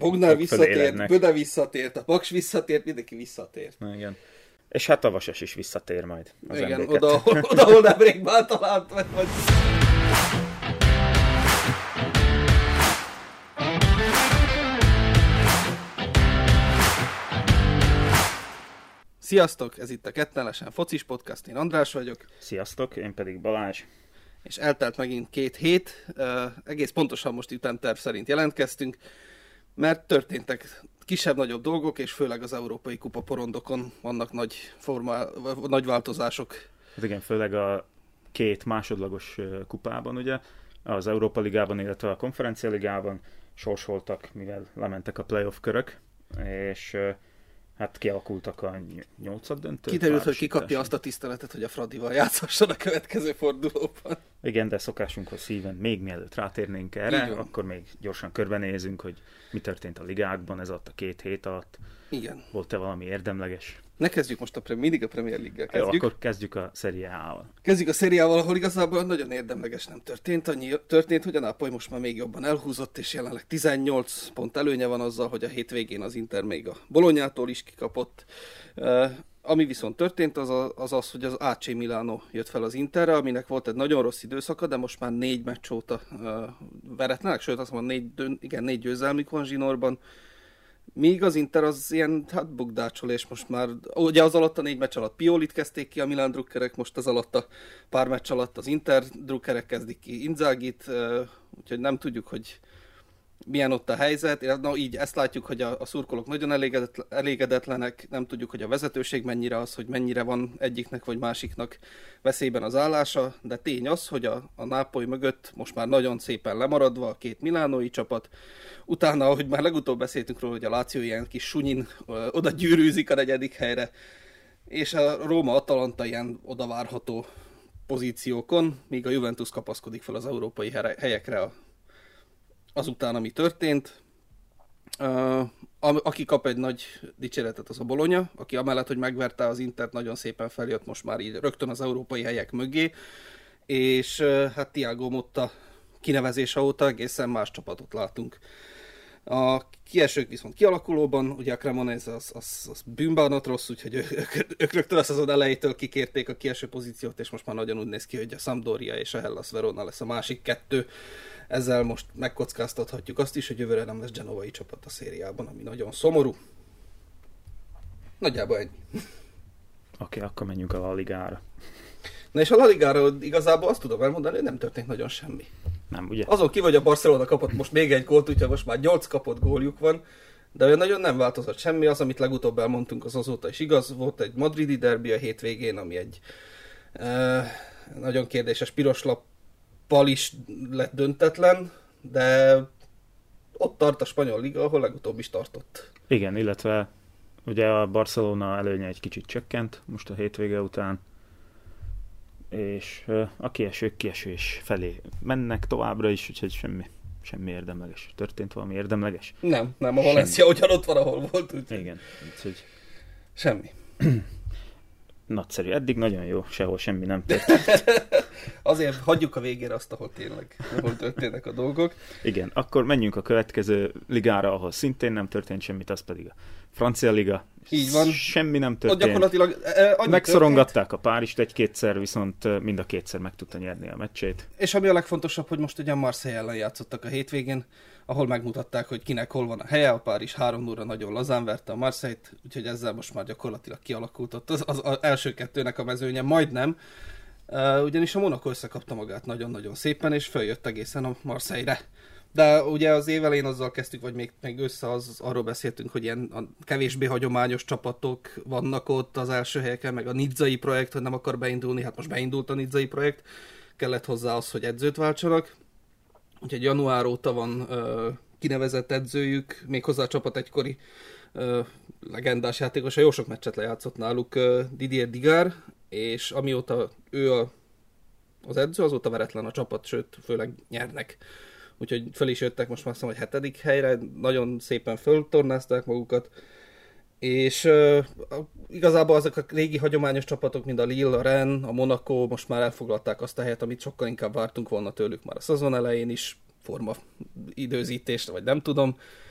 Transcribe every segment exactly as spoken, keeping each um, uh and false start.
Bognár visszatért, Böde visszatért, a Paks visszatért, mindenki visszatért. Igen. És hát a Vasas is visszatér majd. Az igen, emléket. oda, oda, ahol nemrég már talált meg. Vagy... Sziasztok, ez itt a Kettenlesen Focis Podcast, én András vagyok. Sziasztok, én pedig Balázs. És eltelt megint két hét, uh, egész pontosan most ütemterv szerint jelentkeztünk, mert történtek kisebb-nagyobb dolgok, és főleg az Európai Kupa porondokon vannak nagy, formál, nagy változások. Hát igen, főleg a két másodlagos kupában, ugye, az Európa Ligában, illetve a Konferencia Ligában sorsoltak, mivel lementek a playoff körök, és hát kialakultak a nyolcad döntő. Kiderült, hogy ki kapja azt a tiszteletet, hogy a Fradival játszhasson a következő fordulóban. Igen, de szokásunkhoz szíven, még mielőtt rátérnénk erre, akkor még gyorsan körbenézünk, hogy mi történt a ligákban ez alatt a két hét alatt. Igen. Volt-e valami érdemleges? Ne kezdjük most a, mindig a Premier League-gel kezdjük. Jó, akkor kezdjük a Serie A-val. Kezdjük a Serie A-val, ahol igazából nagyon érdemleges nem történt. Annyi történt, hogy a Napoli most már még jobban elhúzott, és jelenleg tizennyolc pont előnye van azzal, hogy a hétvégén az Inter még a Bolognától is kikapott. Uh, ami viszont történt, az, a, az az, hogy az á cé Milano jött fel az Interre, aminek volt egy nagyon rossz időszaka, de most már négy meccs óta uh, veretlenek, sőt azt mondom, négy, igen, négy győzelmük van zsinórban. Míg az Inter az ilyen, hát bukdácsol, és most már, ugye az alatt a négy meccs alatt Piolit kezdték ki a Milán drukkerek, most az alatt a pár meccs alatt az Inter drukkerek kezdik ki Inzagit, úgyhogy nem tudjuk, hogy milyen ott a helyzet. Na így ezt látjuk, hogy a, a szurkolók nagyon elégedetlen, elégedetlenek, nem tudjuk, hogy a vezetőség mennyire az, hogy mennyire van egyiknek vagy másiknak veszélyben az állása, de tény az, hogy a, a Nápoly mögött most már nagyon szépen lemaradva a két milánói csapat. Utána, ahogy már legutóbb beszéltünk róla, hogy a Lazio ilyen kis sunyin ö, oda gyűrűzik a negyedik helyre, és a Róma-Atalanta ilyen odavárható pozíciókon, míg a Juventus kapaszkodik fel az európai helyekre a azután, ami történt. Uh, aki kap egy nagy dicséretet, az a Bologna, aki amellett, hogy megverte az Intert, nagyon szépen feljött most már így rögtön az európai helyek mögé, és uh, hát Thiago Motta kinevezése óta egészen más csapatot látunk. A kiesők viszont kialakulóban, ugye a Cremonese az, az, az bűnbánat rossz, úgyhogy ők, ők, ők rögtön a szezon elejétől kikérték a kieső pozíciót, és most már nagyon úgy néz ki, hogy a Sampdoria és a Hellas Verona lesz a másik kettő. Ezzel most megkockáztathatjuk azt is, hogy jövőre nem lesz genovai csapat a szériában, ami nagyon szomorú. Nagyjából ennyi. Oké, okay, akkor menjünk a La Ligára. Na és a La Ligára igazából azt tudom elmondani, hogy nem történt nagyon semmi. Nem, ugye? Azon ki, hogy a Barcelona kapott most még egy gólt, úgyhogy most már nyolc kapott góljuk van, de olyan nagyon nem változott semmi. Az, amit legutóbb elmondtunk, az azóta is igaz. Volt egy madridi derbi a hétvégén, ami egy eh, nagyon kérdéses piros lappal is lett döntetlen, de ott tart a spanyol liga, ahol legutóbb is tartott. Igen, illetve ugye a Barcelona előnye egy kicsit csökkent most a hétvége után, és a kiesők kiesés felé mennek továbbra is, úgyhogy semmi, semmi érdemleges. Történt valami érdemleges? Nem, nem, a Valencia ugyanott van, ahol volt. Úgy. Igen, úgyhogy... Semmi. Nagyszerű, eddig nagyon jó, sehol semmi nem történt. Azért hagyjuk a végére azt, ahol tényleg, ahol történnek a dolgok. Igen, akkor menjünk a következő ligára, ahol szintén nem történt semmit, az pedig a Francia Liga. Így van. Semmi nem történt. Ott gyakorlatilag eh, megszorongatták történt. A Párizst egy-kétszer, viszont mind a kétszer meg tudta nyerni a meccsét. És ami a legfontosabb, hogy most ugye a Marseille ellen játszottak a hétvégén, ahol megmutatták, hogy kinek hol van a helye. A Párizs három nullra nagyon lazán verte a Marseille-t, úgyhogy ezzel most már gyakorlatilag kialakult ott az, az, az első kettőnek a mezőnye, majdnem. Uh, ugyanis a Monaco összekapta magát nagyon-nagyon szépen, és följött egészen a Marseille-re. De ugye az év elején azzal kezdtük, vagy még, még össze az, arról beszéltünk, hogy ilyen a kevésbé hagyományos csapatok vannak ott az első helyeken, meg a nizzai projekt, hogy nem akar beindulni, hát most beindult a nizzai projekt, kellett hozzá az, hogy edzőt váltsanak. Úgyhogy január óta van uh, kinevezett edzőjük, méghozzá a csapat egykori uh, legendás játékosa, jó sok meccset lejátszott náluk, uh, Didier Digard, és amióta ő a, az edző, azóta veretlen a csapat, sőt, főleg nyernek. Úgyhogy fel is jöttek most már azt mondom, hogy hetedik helyre, nagyon szépen föltornázták magukat, és uh, igazából azok a régi hagyományos csapatok, mint a Lille, a Rennes, a Monaco most már elfoglalták azt a helyet, amit sokkal inkább vártunk volna tőlük már a szezon elején is, forma időzítést, vagy nem tudom.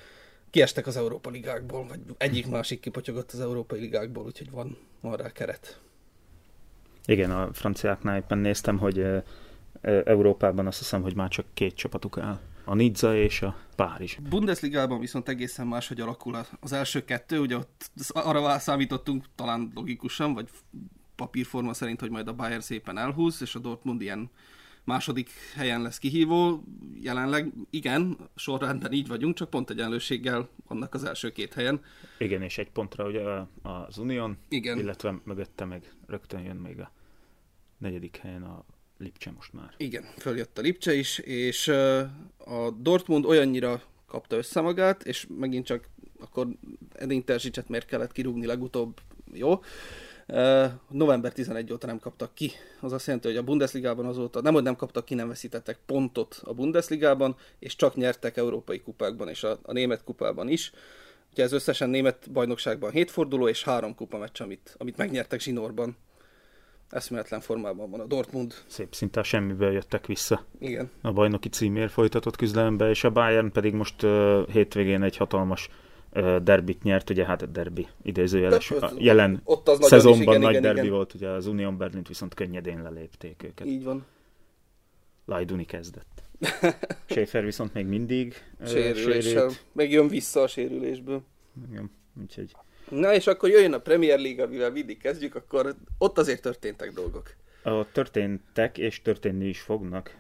kiestek az Európa ligákból, vagy egyik-másik kipotyogott az Európai ligákból, úgyhogy van, van rá keret. Igen, a franciáknál éppen néztem, hogy e, e, Európában azt hiszem, hogy már csak két csapatuk áll. A Nizza és a Párizs. Bundesligában viszont egészen máshogy alakul az első kettő, ugye ott arra számítottunk, talán logikusan, vagy papírforma szerint, hogy majd a Bayern szépen elhúz, és a Dortmund ilyen második helyen lesz kihívó. Jelenleg igen, sorrendben így vagyunk, csak pont egyenlőséggel vannak az első két helyen. Igen, és egy pontra ugye az Unión, igen. Illetve mögötte meg rögtön jön még a negyedik helyen a Lipcse most már. Igen, följött a Lipcse is, és a Dortmund olyannyira kapta össze magát, és megint csak akkor Edin Terzsicset miért kellett kirúgni legutóbb, jó? november tizenegy óta nem kaptak ki. Az azt jelenti, hogy a Bundesligában azóta, nem hogy nem kaptak ki, nem veszítettek pontot a Bundesligában, és csak nyertek európai kupákban és a, a német kupában is. Ugye ez összesen német bajnokságban hét forduló és három kupa meccs, amit, amit megnyertek zsinórban. Eszméletlen formában van a Dortmund. Szép, szinte semmiből jöttek vissza. Igen. A bajnoki címért folytatott küzdelembe, és a Bayern pedig most uh, hétvégén egy hatalmas uh, derbit nyert, ugye hát a derbi idézőjeles. A jelen ott az szezonban is, igen, nagy igen, derbi igen. volt, ugye az Unión Berlint viszont könnyedén lelépték őket. Így van. Lajduni kezdett. Schäfer viszont még mindig uh, sérüléssel. Meg jön vissza a sérülésből. Igen, úgyhogy... Na és akkor jöjjön a Premier League, amivel mindig kezdjük, akkor ott azért történtek dolgok. Ott történtek, és történni is fognak.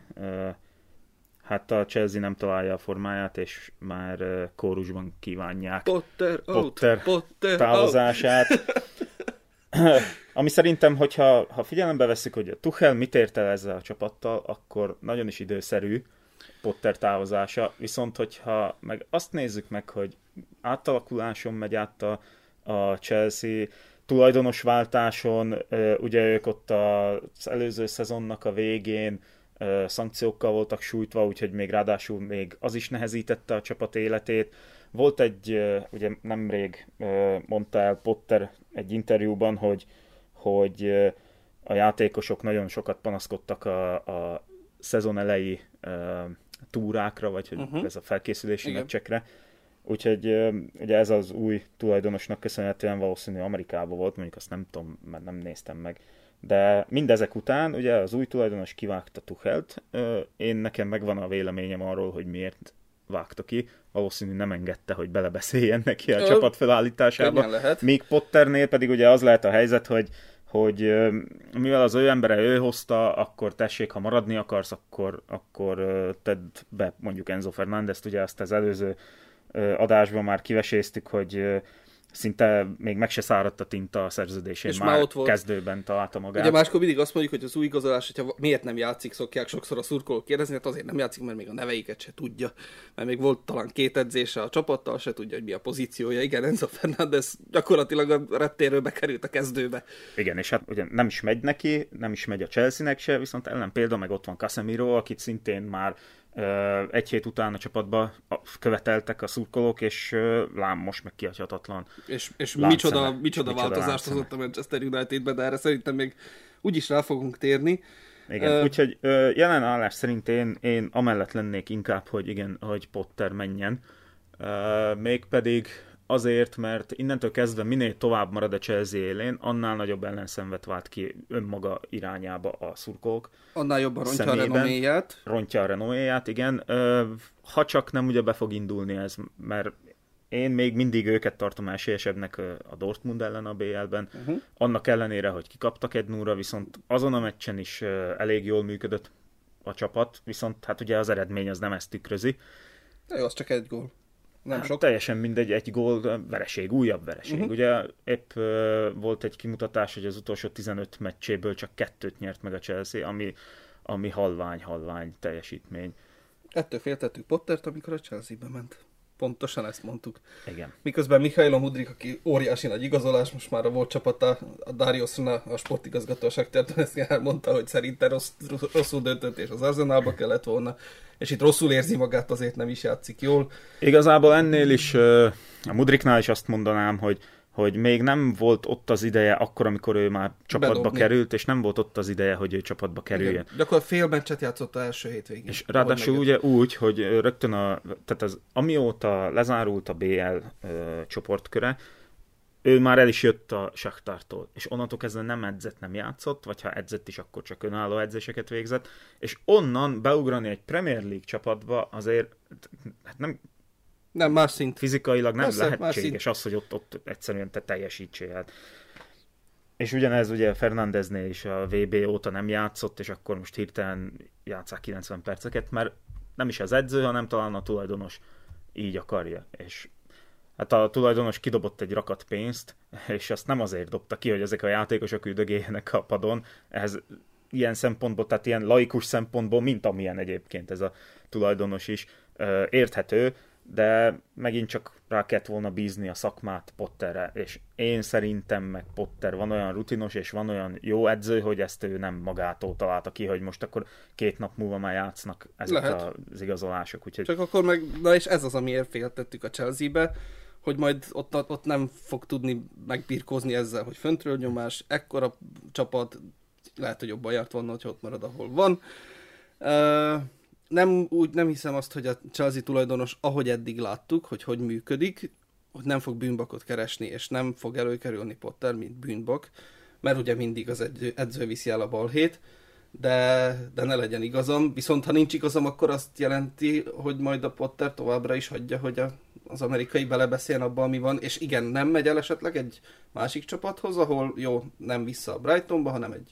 Hát a Chelsea nem találja a formáját, és már kórusban kívánják Potter, Potter, out, Potter távozását. Ami szerintem, hogyha ha figyelembe veszük, hogy a Tuchel mit ért el ezzel a csapattal, akkor nagyon is időszerű Potter távozása. Viszont hogyha meg azt nézzük meg, hogy átalakuláson megy át a a Chelsea tulajdonosváltáson, ugye ők ott az előző szezonnak a végén szankciókkal voltak sújtva, úgyhogy még ráadásul még az is nehezítette a csapat életét. Volt egy, ugye nemrég mondta el Potter egy interjúban, hogy, hogy a játékosok nagyon sokat panaszkodtak a, a szezon elejé túrákra, vagy hogy uh-huh. ez a felkészülési meccsekre. Úgyhogy ugye ez az új tulajdonosnak köszönhetően valószínű Amerikában volt, mondjuk azt nem tudom, mert nem néztem meg. De mindezek után ugye az új tulajdonos kivágta Tuchelt. Én nekem megvan a véleményem arról, hogy miért vágta ki. Valószínű nem engedte, hogy belebeszéljen neki a Ö, csapat felállításába. Míg Potternél pedig ugye az lehet a helyzet, hogy hogy mivel az ő embere ő hozta, akkor tessék, ha maradni akarsz, akkor, akkor tedd be mondjuk Enzo Fernándezt, ugye azt az előző adásban már kiveséztük, hogy szinte még meg se száradt a tinta a szerződésén, és már, már kezdőben találta magát. Ugye máskor mindig azt mondjuk, hogy az új igazolás, hogyha miért nem játszik, szokják sokszor a szurkolók kérdezni, hát azért nem játszik, mert még a neveiket se tudja. Mert még volt talán két edzése a csapattal, se tudja, hogy mi a pozíciója. Igen, Enzo Fernández gyakorlatilag a reptérről bekerült a kezdőbe. Igen, és hát ugye nem is megy neki, nem is megy a Chelsea-nek se, viszont ellen példa meg ott van Casemiro, akit szintén már egy hét után a csapatba követeltek a szurkolók, és lám most meg kihagyhatatlan. És, és micsoda, micsoda változást hozott a Manchester Unitedbe, de erre szerintem még úgyis rá fogunk térni. Igen, uh, úgyhogy jelen állás szerint én, én amellett lennék inkább, hogy igen, hogy Potter menjen. Uh, mégpedig azért, mert innentől kezdve minél tovább marad a Chelsea élén, annál nagyobb ellenszenvet vált ki önmaga irányába a szurkolók. Annál jobban rontja szemében, a renoméját. Rontja a renoméját, igen. Ha csak nem ugye be fog indulni ez, mert én még mindig őket tartom esélyesebbnek a Dortmund ellen a bé el-ben. Uh-huh. Annak ellenére, hogy kikaptak egy nulla, viszont azon a meccsen is elég jól működött a csapat, viszont hát ugye az eredmény az nem ezt tükrözi. De jó, az csak egy gól. Nem hát sok. Teljesen mindegy, egy gól, vereség, újabb vereség. Uh-huh. Ugye épp uh, volt egy kimutatás, hogy az utolsó tizenöt meccséből csak kettőt nyert meg a Chelsea, ami, ami halvány-halvány teljesítmény. Ettől féltettük Pottert, amikor a Chelsea-be ment. Pontosan ezt mondtuk. Igen. Miközben Michailo Mudryk, aki óriási nagy igazolás, most már a volt csapata, a Dario Suna, a sportigazgató a Shakhtartól ezt elmondta, hogy szerinte rossz, rosszul döntött, és az Arsenalba kellett volna, és itt rosszul érzi magát, azért nem is játszik jól. Igazából ennél is, a Mudryknál is azt mondanám, hogy hogy még nem volt ott az ideje akkor, amikor ő már csapatba Bedobni. került, és nem volt ott az ideje, hogy ő csapatba kerüljön. Igen. Gyakorlatilag fél meccset játszott az első hétvégén. És ráadásul ugye úgy, hogy rögtön a, tehát az, amióta lezárult a bé el ö, csoportköre, ő már el is jött a Shakhtartól, és onnantól kezdve nem edzett, nem játszott, vagy ha edzett is, akkor csak önálló edzéseket végzett, és onnan beugrani egy Premier League csapatba azért hát nem, nem, más szint. fizikailag nem Persze, lehetséges az, hogy ott, ott egyszerűen te teljesítsél. Hát. És ugyanez ugye Fernandeznél is a vé bé óta nem játszott, és akkor most hirtelen játsszák kilencven perceket, mert nem is az edző, hanem talán a tulajdonos így akarja. És hát a tulajdonos kidobott egy rakat pénzt, és azt nem azért dobta ki, hogy ezek a játékosok üldögéljenek a padon. Ez ilyen szempontból, tehát ilyen laikus szempontból, mint amilyen egyébként ez a tulajdonos is érthető, de megint csak rá kellett volna bízni a szakmát Potterre, és én szerintem meg Potter van olyan rutinos, és van olyan jó edző, hogy ezt ő nem magától találta ki, hogy most akkor két nap múlva már játsznak ezek Lehet. az igazolások. Úgyhogy... Csak akkor meg, na és ez az, amiért féltettük a Chelsea-be, hogy majd ott, ott nem fog tudni megbirkózni ezzel, hogy föntről nyomás, ekkora csapat, lehet, hogy jobban járt volna, hogy ott marad, ahol van. Uh, nem, úgy nem hiszem azt, hogy a Chelsea tulajdonos, ahogy eddig láttuk, hogy hogy működik, hogy nem fog bűnbakot keresni, és nem fog előkerülni Potter, mint bűnbak, mert ugye mindig az edző, edző viszi el a balhét, de, de ne legyen igazam. Viszont ha nincs igazam, akkor azt jelenti, hogy majd a Potter továbbra is hagyja, hogy a, az amerikai belebeszéljen abba, ami van, és igen, nem megy el esetleg egy másik csapathoz, ahol jó, nem vissza a Brightonba, hanem egy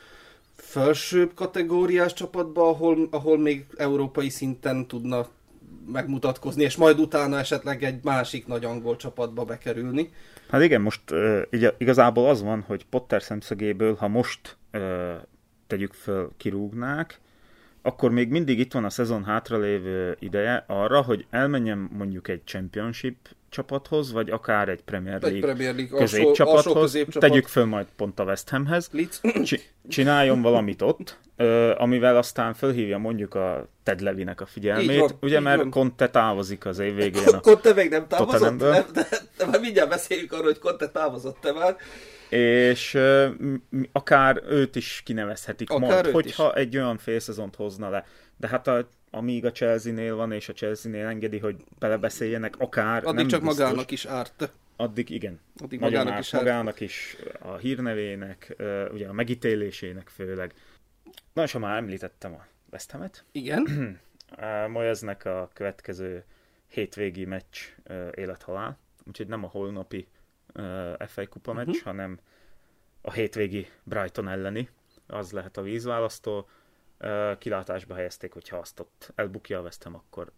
felsőbb kategóriás csapatba, ahol, ahol még európai szinten tudna megmutatkozni, és majd utána esetleg egy másik nagy angol csapatba bekerülni. Hát igen, most uh, igazából az van, hogy Potter szemszögéből, ha most uh, tegyük föl, kirúgnák, akkor még mindig itt van a szezon hátralévő ideje arra, hogy elmenjen mondjuk egy Championship csapathoz, vagy akár egy Premier League, Premier League középcsapathoz, alsó, alsó középcsapat. Tegyük föl majd pont a West Hamhez, csináljon valamit ott, amivel aztán fölhívja mondjuk a Ted Levinek a figyelmét, van, ugye, mert van. Conte távozik az év végén a Conte még nem távozott, de, de, de már mindjárt beszéljük arról, hogy Conte távozott-e már. És uh, akár őt is kinevezhetik akár majd, hogyha is. Egy olyan félszezont hozna le. De hát a, amíg a Chelsea-nél van, és a Chelsea-nél engedi, hogy belebeszéljenek, akár addig nem csak biztos, magának is árt. Addig igen. Addig Nagyon magának árt is magának is, a hírnevének, ugye a megítélésének főleg. Na, és ha már említettem a West Hamet. Igen. Moyesnek a következő hétvégi meccs élethalál. Úgyhogy nem a holnapi ef á kupa meccs, uh-huh. hanem a hétvégi Brighton elleni. Az lehet a vízválasztó. Kilátásba helyezték, hogyha azt ott elbukja a West Ham, akkor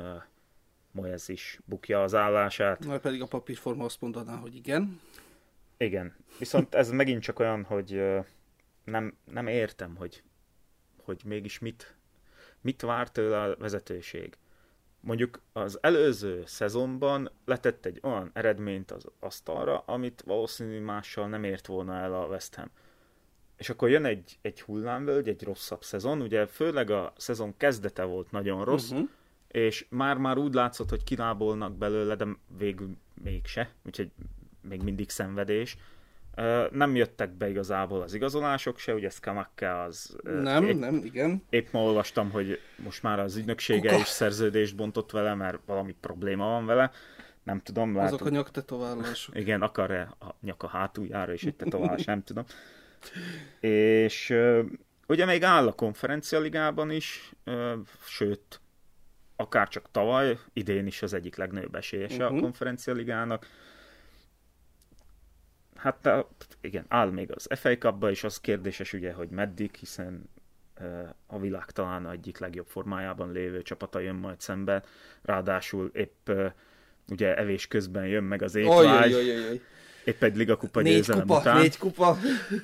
Moyes is bukja az állását. Majd pedig a papírforma azt mondaná, hogy igen. Igen. Viszont ez megint csak olyan, hogy nem, nem értem, hogy, hogy mégis mit, mit vár tőle a vezetőség. Mondjuk az előző szezonban letett egy olyan eredményt az asztalra, amit valószínű mással nem ért volna el a West Ham. És akkor jön egy, egy hullámvölgy, egy rosszabb szezon, ugye főleg a szezon kezdete volt nagyon rossz, uh-huh. és már-már úgy látszott, hogy kilábolnak belőle, de végül mégse, úgyhogy még mindig szenvedés. Nem jöttek be igazából az igazolások se, ugye Scamacca az... Nem, épp, nem, igen. Épp ma olvastam, hogy most már az ügynöksége Kuka. is szerződést bontott vele, mert valami probléma van vele. Nem tudom, látom. Azok a nyaktetoválások. Igen, akar-e a nyak a hátuljára is egy tetoválás, nem tudom. És uh, ugye még áll a konferencialigában is, uh, sőt, akár csak tavaly, idén is az egyik legnagyobb esélyese uh-huh. a konferencialigának. Hát igen, áll még az ef á Cupba is, az kérdéses ugye, hogy meddig, hiszen uh, a világ talán egyik legjobb formájában lévő csapata jön majd szembe, ráadásul épp uh, ugye evés közben jön meg az étvágy, oly, oly, oly, oly. épp egy ligakupa győzelem után. Négy kupa,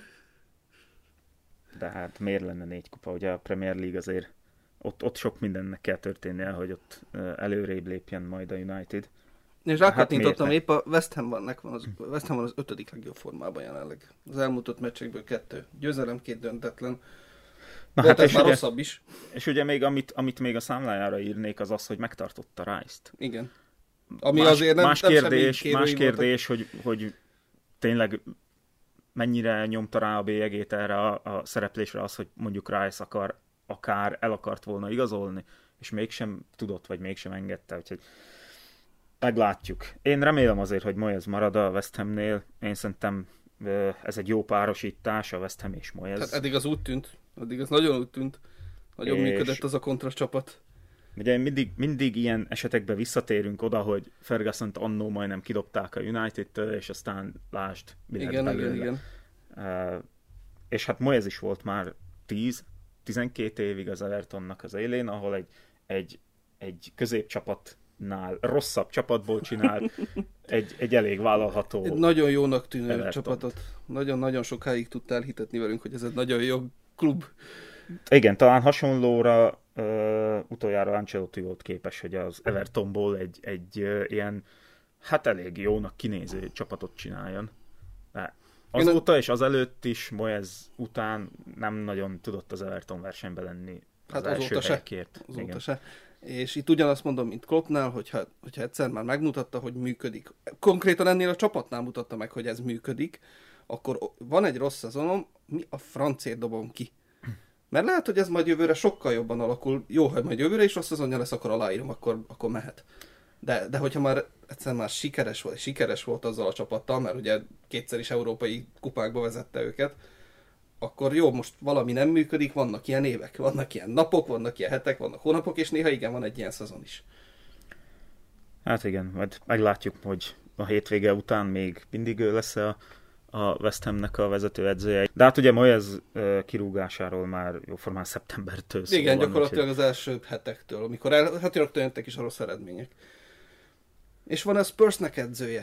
De hát miért lenne négy kupa, ugye a Premier League azért ott, ott sok mindennek kell történnie, hogy ott uh, előrébb lépjen majd a United. És rákattintottam, hát épp a West Ham van, van az, West Ham van az ötödik legjobb formában jelenleg. Az elmúlt öt meccsekből kettő. Győzelem, két döntetlen. Na volt hát ez már ugye, rosszabb is. És ugye még amit, amit még a számlájára írnék, az az, hogy megtartotta Rice-t. Igen. Ami más, azért nem, más nem kérdés, más kérdés hogy, hogy tényleg mennyire nyomta rá a bélyegét erre a, a szereplésre az, hogy mondjuk Rice akar, akár el akart volna igazolni, és mégsem tudott, vagy mégsem engedte, úgyhogy meglátjuk. Én remélem azért, hogy Moyes marad a West Hamnél. Én szerintem ez egy jó párosítás, a West Ham és Moyes. Hát eddig az úgy tűnt, eddig az nagyon úgy tűnt. Nagyon és... működött az a kontra csapat. Ugye mindig, mindig ilyen esetekben visszatérünk oda, hogy Ferguson-t annó majdnem kidobták a United-től, és aztán lásd, mi lett belőle. Igen, igen. Uh, és hát Moyes is volt már tíz, tizenkét évig az Evertonnak az élén, ahol egy, egy, egy középcsapatnál rosszabb csapatból csinált egy, egy elég vállalható egy nagyon jónak tűnő Everton csapatot. Nagyon-nagyon sokáig tudtál hitetni velünk, hogy ez egy nagyon jó klub. Igen, talán hasonlóra uh, utoljára Ancelotti volt képes, hogy az Evertonból egy, egy uh, ilyen, hát elég jónak kinéző csapatot csináljon. De azóta és azelőtt is, Moyes után nem nagyon tudott az Everton versenyben lenni az hát első azóta helyekért. Se. Azóta Igen. se. És itt ugyanazt mondom, mint Kloppnál, hogyha, hogyha egyszer már megmutatta, hogy működik. Konkrétan ennél a csapatnál mutatta meg, hogy ez működik, akkor van egy rossz szezonom, mi a francért dobom ki? Mert lehet, hogy ez majd jövőre sokkal jobban alakul. Jó, ha majd jövőre is rossz szezonja lesz, akkor aláírom, akkor, akkor mehet. De, de hogyha már egyszer már sikeres volt, sikeres volt azzal a csapattal, mert ugye kétszer is európai kupákba vezette őket, akkor jó, most valami nem működik, vannak ilyen évek, vannak ilyen napok, vannak ilyen hetek, vannak hónapok, és néha igen, van egy ilyen szezon is. Hát igen, majd meglátjuk, hogy a hétvége után még mindig ő lesz a a West Hamnek a vezetőedzője. De hát ugye Moyes uh, kirúgásáról már jóformán szeptembertől szól. Igen, van, gyakorlatilag úgyhogy... az első hetektől, amikor el, hát rögtön jöttek is a rossz eredmények. És van a Spursnek edzője?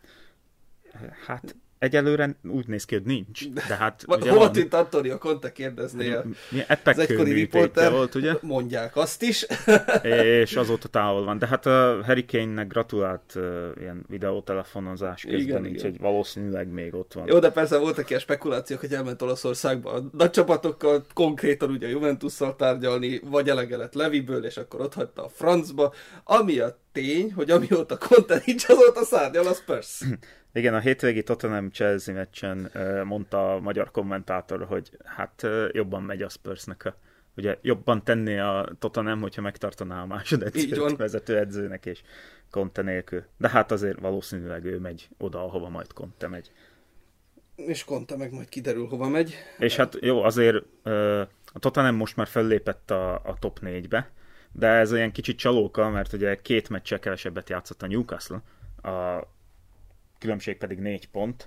Hát egyelőre úgy néz ki, hogy nincs. De hát ugye hol van... itt Antonio Conte kérdezné az egykori riporter, volt, ugye? Mondják azt is. És azóta távol van. De hát a Harry Kane-nek gratulált uh, ilyen videótelefonozás közben, igen, így, igen. Hogy valószínűleg még ott van. Jó, de persze voltak ilyen spekulációk, hogy elment Olaszországba a nagy csapatokkal, konkrétan ugye a Juventusszal tárgyalni, vagy elege lett Leviből, és akkor ott hagyta a francba. Ami a tény, hogy amióta Conte nincs, azóta szárnyal a Spurs. Igen, a hétvégi Tottenham-Chelsea meccsen mondta a magyar kommentátor, hogy hát jobban megy a Spursnek a, ugye jobban tenné a Tottenham, hogyha megtartaná a másodedzőt vezetőedzőnek és Conte nélkül. De hát azért valószínűleg ő megy oda, ahova majd Conte megy. És Conte meg majd kiderül, hova megy. És hát jó, azért a Tottenham most már föllépett a, a top négybe, de ez olyan kicsit csalóka, mert ugye két meccsel kevesebbet játszott a Newcastle, a különbség pedig négy pont.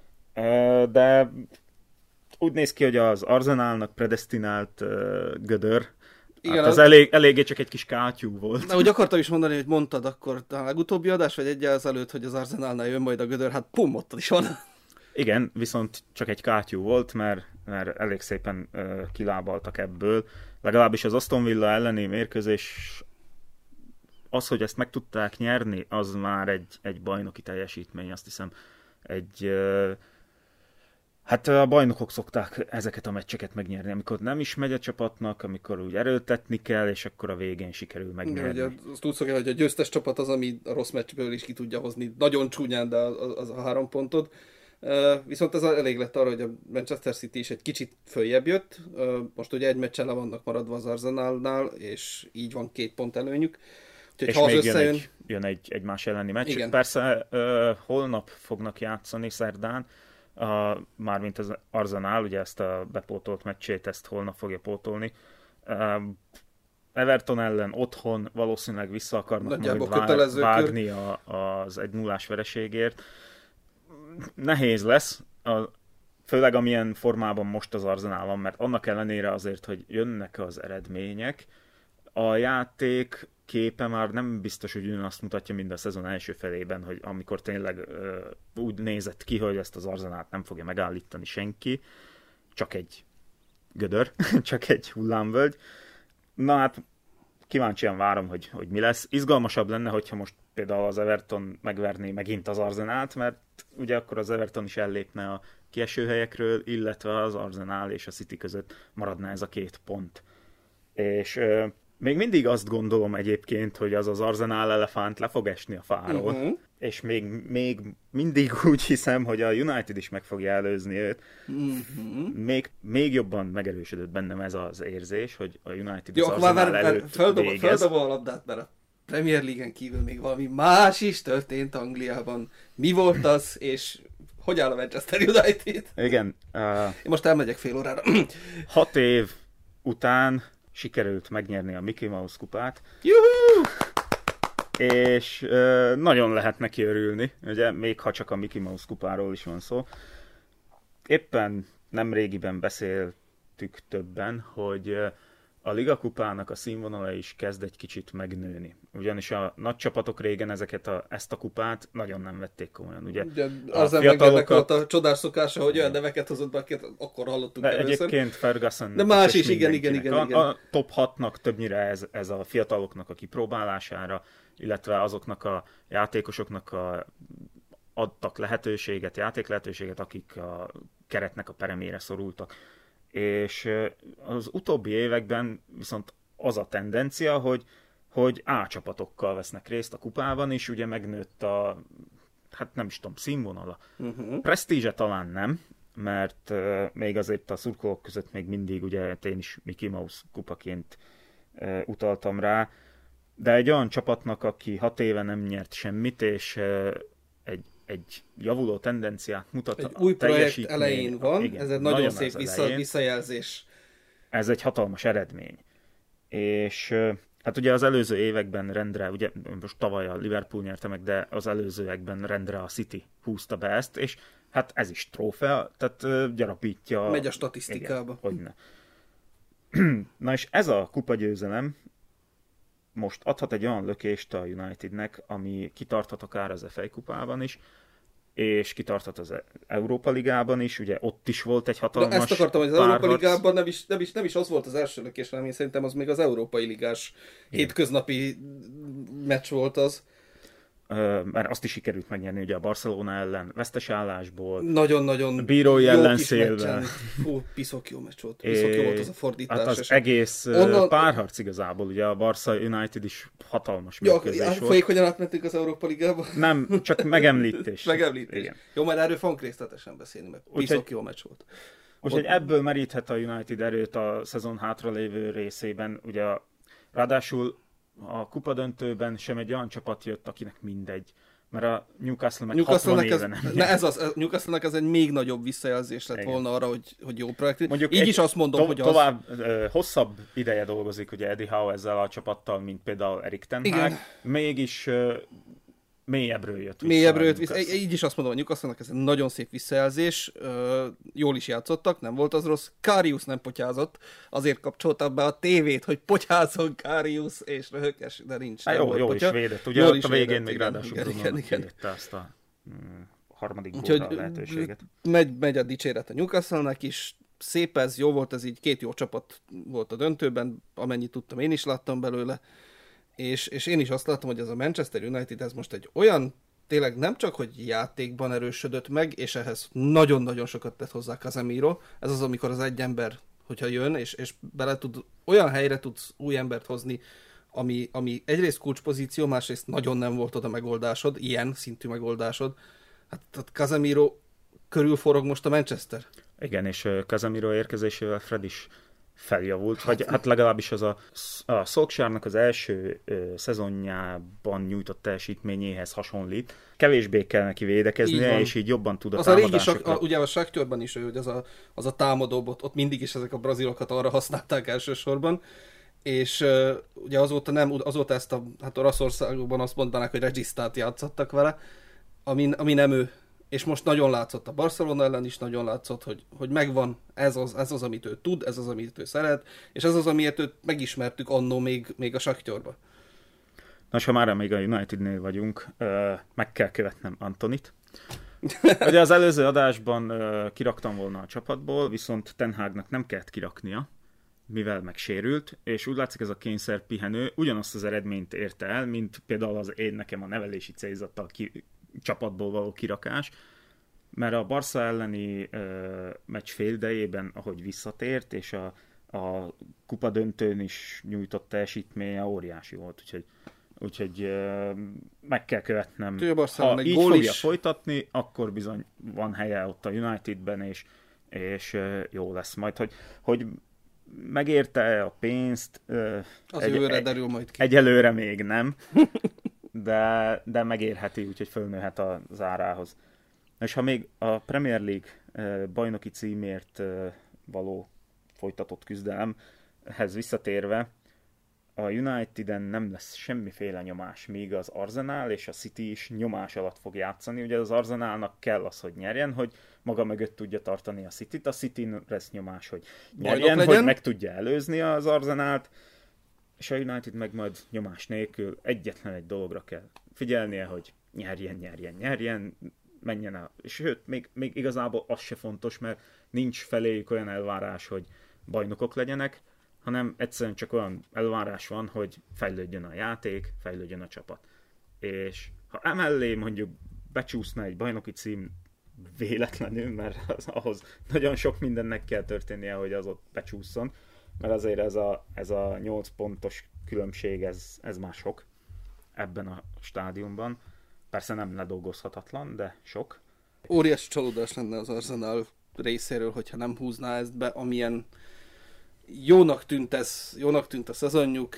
De úgy néz ki, hogy az Arsenalnak predestinált gödör, igen, hát az, az elég, eléggé csak egy kis kátyú volt. De úgy akartam is mondani, hogy mondtad akkor a legutóbbi adás, vagy egyel ezelőtt, hogy az Arsenalnál jön majd a gödör, hát pum, ott is van. Igen, viszont csak egy kátyú volt, mert, mert elég szépen uh, kilábaltak ebből. Legalábbis az Aston Villa elleni mérkőzés, az, hogy ezt meg tudták nyerni, az már egy, egy bajnoki teljesítmény, azt hiszem. Egy, uh, hát a bajnokok szokták ezeket a meccseket megnyerni, amikor nem is megy a csapatnak, amikor úgy erőltetni kell, és akkor a végén sikerül megnyerni. Igen, ugye, azt úgy szokja, hogy a győztes csapat az, ami a rossz meccsből is ki tudja hozni. Nagyon csúnyán, de az, az a három pontod. Uh, viszont ez elég lett arra, hogy a Manchester City is egy kicsit följebb jött. Uh, most ugye egy meccsen le vannak maradva az Arsenalnál, és így van két pont előnyük. Úgyhogy és ha még összejön... jön, egy, jön egy egymás elleni meccs. Igen. Persze uh, holnap fognak játszani szerdán, uh, mármint az Arsenal, ugye ezt a bepótolt meccsét, ezt holnap fogja pótolni. Uh, Everton ellen otthon valószínűleg vissza akarnak majd vá- vágni a, az egy nullás vereségért. Nehéz lesz, a, főleg amilyen formában most az Arsenal van, mert annak ellenére azért, hogy jönnek az eredmények, a játék képe már nem biztos, hogy ugyanazt mutatja, mint a szezon első felében, hogy amikor tényleg ö, úgy nézett ki, hogy ezt az Arsenalt nem fogja megállítani senki, csak egy gödör, csak egy hullámvölgy. Na hát kíváncsian várom, hogy, hogy mi lesz. Izgalmasabb lenne, hogyha most például az Everton megverné megint az Arsenalt, mert ugye akkor az Everton is ellépne a kieső helyekről, illetve az Arsenal és a City között maradna ez a két pont. És euh, még mindig azt gondolom egyébként, hogy az az Arsenal elefánt le fog esni a fáról, uh-huh. és még, még mindig úgy hiszem, hogy a United is meg fogja előzni őt. Mm-hmm. Még, még jobban megerősödött bennem ez az érzés, hogy a United jó, az Arsenal előtt feldobom, feldobom a labdát, mert a Premier League-en kívül még valami más is történt Angliában. Mi volt az, és hogy áll a Manchester United? Igen. Uh, Én most elmegyek fél órára. hat év után sikerült megnyerni a Mickey Mouse kupát. Juhu! És uh, nagyon lehet neki örülni, ugye, még ha csak a Mickey Mouse kupáról is van szó. Éppen nemrégiben beszéltük többen, hogy uh, a Liga kupának a színvonala is kezd egy kicsit megnőni. Ugyanis a nagy csapatok régen ezeket a, ezt a kupát nagyon nem vették komolyan. Ugye, ugye az fiatalokat... volt a csodás szokása, hogy olyan neveket hozott be, akiket akkor hallottunk de először. Egyébként Ferguson. De más is, igen, igen, igen, igen. A, a top hatnak többnyire ez, ez a fiataloknak a kipróbálására, illetve azoknak a játékosoknak a, adtak lehetőséget, játék lehetőséget, akik a keretnek a peremére szorultak. És az utóbbi években viszont az a tendencia, hogy, hogy A csapatokkal vesznek részt a kupában, és ugye megnőtt a, hát nem is tudom, színvonala. Uh-huh. Presztízse talán nem, mert uh, még azért a szurkolók között még mindig, ugye én is Mickey Mouse kupaként uh, utaltam rá, de egy olyan csapatnak, aki hat éve nem nyert semmit, és uh, egy egy javuló tendenciát mutat. Egy új projekt elején van, igen, ez egy nagyon, nagyon szép vissza, visszajelzés. Ez egy hatalmas eredmény. És hát ugye az előző években rendre, ugye most tavaly a Liverpool nyerte meg, de az előzőekben rendre a City húzta be ezt, és hát ez is trófea, tehát gyarapítja. Megy a statisztikába. Igen, hogyne. Na és ez a kupagyőzelem most adhat egy olyan lökést a Unitednek, ami kitarthat akár az ef á kupában is, és kitarthat az Európa Ligában is, ugye ott is volt egy hatalmas párharc. Ezt akartam, hogy az Európa Ligában nem is, nem, is, nem is az volt az első lökés, hanem én szerintem az még az Európai Ligás igen. hétköznapi meccs volt az. Mert azt is sikerült megnyerni ugye a Barcelona ellen, vesztes állásból. Nagyon-nagyon bírói ellenszélvel. Fú, piszok jó meccs volt. Piszok jó volt az a fordítás. Hát az egész onnan... párharc igazából, ugye a Barca United is hatalmas ja, mérkőzés volt. Folyékonyan átmentünk az Európa Ligába? Nem, csak megemlítés. megemlítés. Igen. Jó, majd erről fogunk részletesen beszélni, mert piszok úgy, jó meccs volt. Úgyhogy ebből meríthet a United erőt a szezon hátralévő részében. Ugye ráadásul a kupadöntőben sem egy olyan csapat jött, akinek mindegy. Mert a Newcastle meg hatvan éve nem. Ne ez az, Newcastle-nek ez egy még nagyobb visszajelzés lett igen. volna arra, hogy, hogy jó projekt. Mondjuk így is azt mondom, to- hogy az... Tovább ö, hosszabb ideje dolgozik ugye Eddie Howe ezzel a csapattal, mint például Erik ten Hag. Igen. Mégis ö, mélyebbről jött vissza. Mélyebbről jött vissza. Így is azt mondom, hogy Newcastle-nek ez egy nagyon szép visszajelzés. Jól is játszottak, nem volt az rossz. Karius nem potyázott, azért kapcsoltak be a tévét, hogy potyázzon Karius, és röhökes, de nincs. Há, jó, jó is védett. Ugye ott a végén védett, még ráadásul igen, igen, igen. azt a mm, harmadik gólra a lehetőséget. Megy, megy a dicséret a Newcastle-nek is. Szép ez, jó volt ez így, két jó csapat volt a döntőben, amennyit tudtam, én is láttam belőle. És, és én is azt látom, hogy ez a Manchester United, ez most egy olyan, tényleg nem csak, hogy játékban erősödött meg, és ehhez nagyon-nagyon sokat tett hozzá Casemiro. Ez az, amikor az egy ember, hogyha jön, és, és bele tud, olyan helyre tudsz új embert hozni, ami, ami egyrészt kulcspozíció, másrészt nagyon nem volt oda megoldásod, ilyen szintű megoldásod. Hát, hát Casemiro körül forog most a Manchester. Igen, és Casemiro érkezésével Fred is feljavult, hát, vagy hát legalábbis az a, a Solskjaernak az első ö, szezonjában nyújtott teljesítményéhez hasonlít. Kevésbé kell neki védekeznie, és így jobban tud a az támadásokra. A régi, a, ugye a Shakhtarban is ő, hogy az a, az a támadóbot, ott mindig is ezek a brazilokat arra használták elsősorban, és uh, ugye azóta nem, azóta ezt a, hát Oroszországban azt mondanák, hogy regisztát játszottak vele, ami, ami nem ő. És most nagyon látszott a Barcelona ellen is, nagyon látszott, hogy, hogy megvan ez az, ez az, amit ő tud, ez az, amit ő szeret, és ez az, amiért őt megismertük annó még, még a Shakhtarba. Nos, ha már még a Unitednél vagyunk, meg kell követnem Antonit. Ugye az előző adásban kiraktam volna a csapatból, viszont Ten Hagnak nem kellett kiraknia, mivel megsérült, és úgy látszik ez a kényszer pihenő ugyanazt az eredményt érte el, mint például az én nekem a nevelési célzattal ki, csapatból való kirakás, mert a Barca elleni ö, meccs félidejében, ahogy visszatért, és a, a kupadöntőn is nyújtott teljesítménye óriási volt, úgyhogy úgyhogy uh, meg kell követnem. Ha így fogja is folytatni, akkor bizony van helye ott a Unitedben, és, és uh, jó lesz majd, hogy, hogy megérte a pénzt. Uh, az egy, jövőre derül majd ki. Egyelőre még nem, de, de megérheti, úgyhogy fölnőhet az árához. És ha még a Premier League uh, bajnoki címért uh, való folytatott küzdelemhez visszatérve, a Uniteden nem lesz semmiféle nyomás, míg az Arsenal és a City is nyomás alatt fog játszani. Ugye az Arsenalnak kell az, hogy nyerjen, hogy maga mögött tudja tartani a Cityt. A Cityn lesz nyomás, hogy nyerjen, hogy meg tudja előzni az Arsenalt, és a United meg majd nyomás nélkül egyetlen egy dologra kell figyelnie, hogy nyerjen, nyerjen, nyerjen, menjen el. Sőt, még, még igazából az se fontos, mert nincs feléjük olyan elvárás, hogy bajnokok legyenek, hanem egyszerűen csak olyan elvárás van, hogy fejlődjön a játék, fejlődjön a csapat. És ha emellé mondjuk becsúszna egy bajnoki cím véletlenül, mert az, ahhoz nagyon sok mindennek kell történnie, hogy az ott becsúszson, mert azért ez a, ez a nyolc pontos különbség, ez, ez már sok ebben a stádiumban. Persze nem ledolgozhatatlan, de sok. Óriási csalódás lenne az Arsenal részéről, hogyha nem húzná ezt be, amilyen jónak tűnt ez, jónak tűnt a szezonjuk.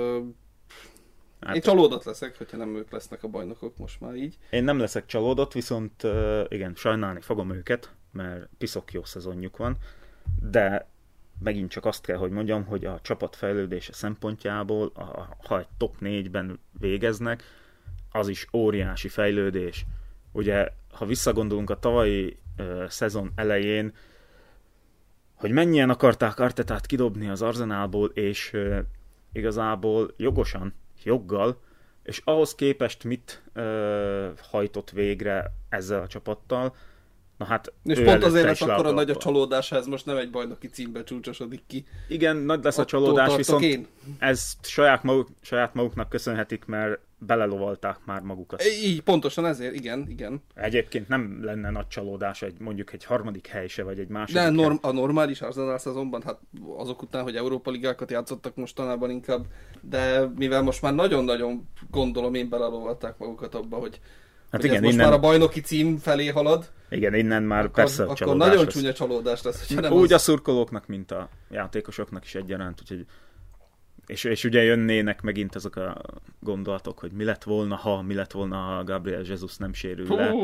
Hát, én csalódott leszek, hogyha nem ők lesznek a bajnokok most már így. Én nem leszek csalódott, viszont igen, sajnálni fogom őket, mert piszok jó szezonjuk van, de megint csak azt kell, hogy mondjam, hogy a csapat fejlődése szempontjából, a, ha egy top négyben végeznek, az is óriási fejlődés. Ugye, ha visszagondolunk a tavalyi uh, szezon elején, hogy mennyien akarták Artetát kidobni az Arsenalból, és uh, igazából jogosan, joggal, és ahhoz képest mit uh, hajtott végre ezzel a csapattal, na hát és pont azért lesz akkora nagy a csalódása, ez most nem egy bajnoki címbe csúcsosodik ki. Igen, nagy lesz a csalódás, viszont én. ezt saját, maguk, saját maguknak köszönhetik, mert belelovalták már magukat. Így, pontosan ezért, igen, igen. Egyébként nem lenne nagy csalódás, egy, mondjuk egy harmadik hely se, vagy egy második De norm, a normális Arsenal szezonban, hát azok után, hogy Európa ligákat játszottak mostanában inkább, de mivel most már nagyon-nagyon gondolom én belelovalták magukat abba, hogy, hát hogy igen, ez most innen... már a bajnoki cím felé halad. Igen, innen már akkor, persze akkor csalódás nagyon lesz. Csúnya csalódás lesz. Nem úgy az... a szurkolóknak, mint a játékosoknak is egyaránt, úgyhogy És, és ugye jönnének megint azok a gondolatok, hogy mi lett volna, ha, mi lett volna, ha Gabriel Jesus nem sérül le. Hú,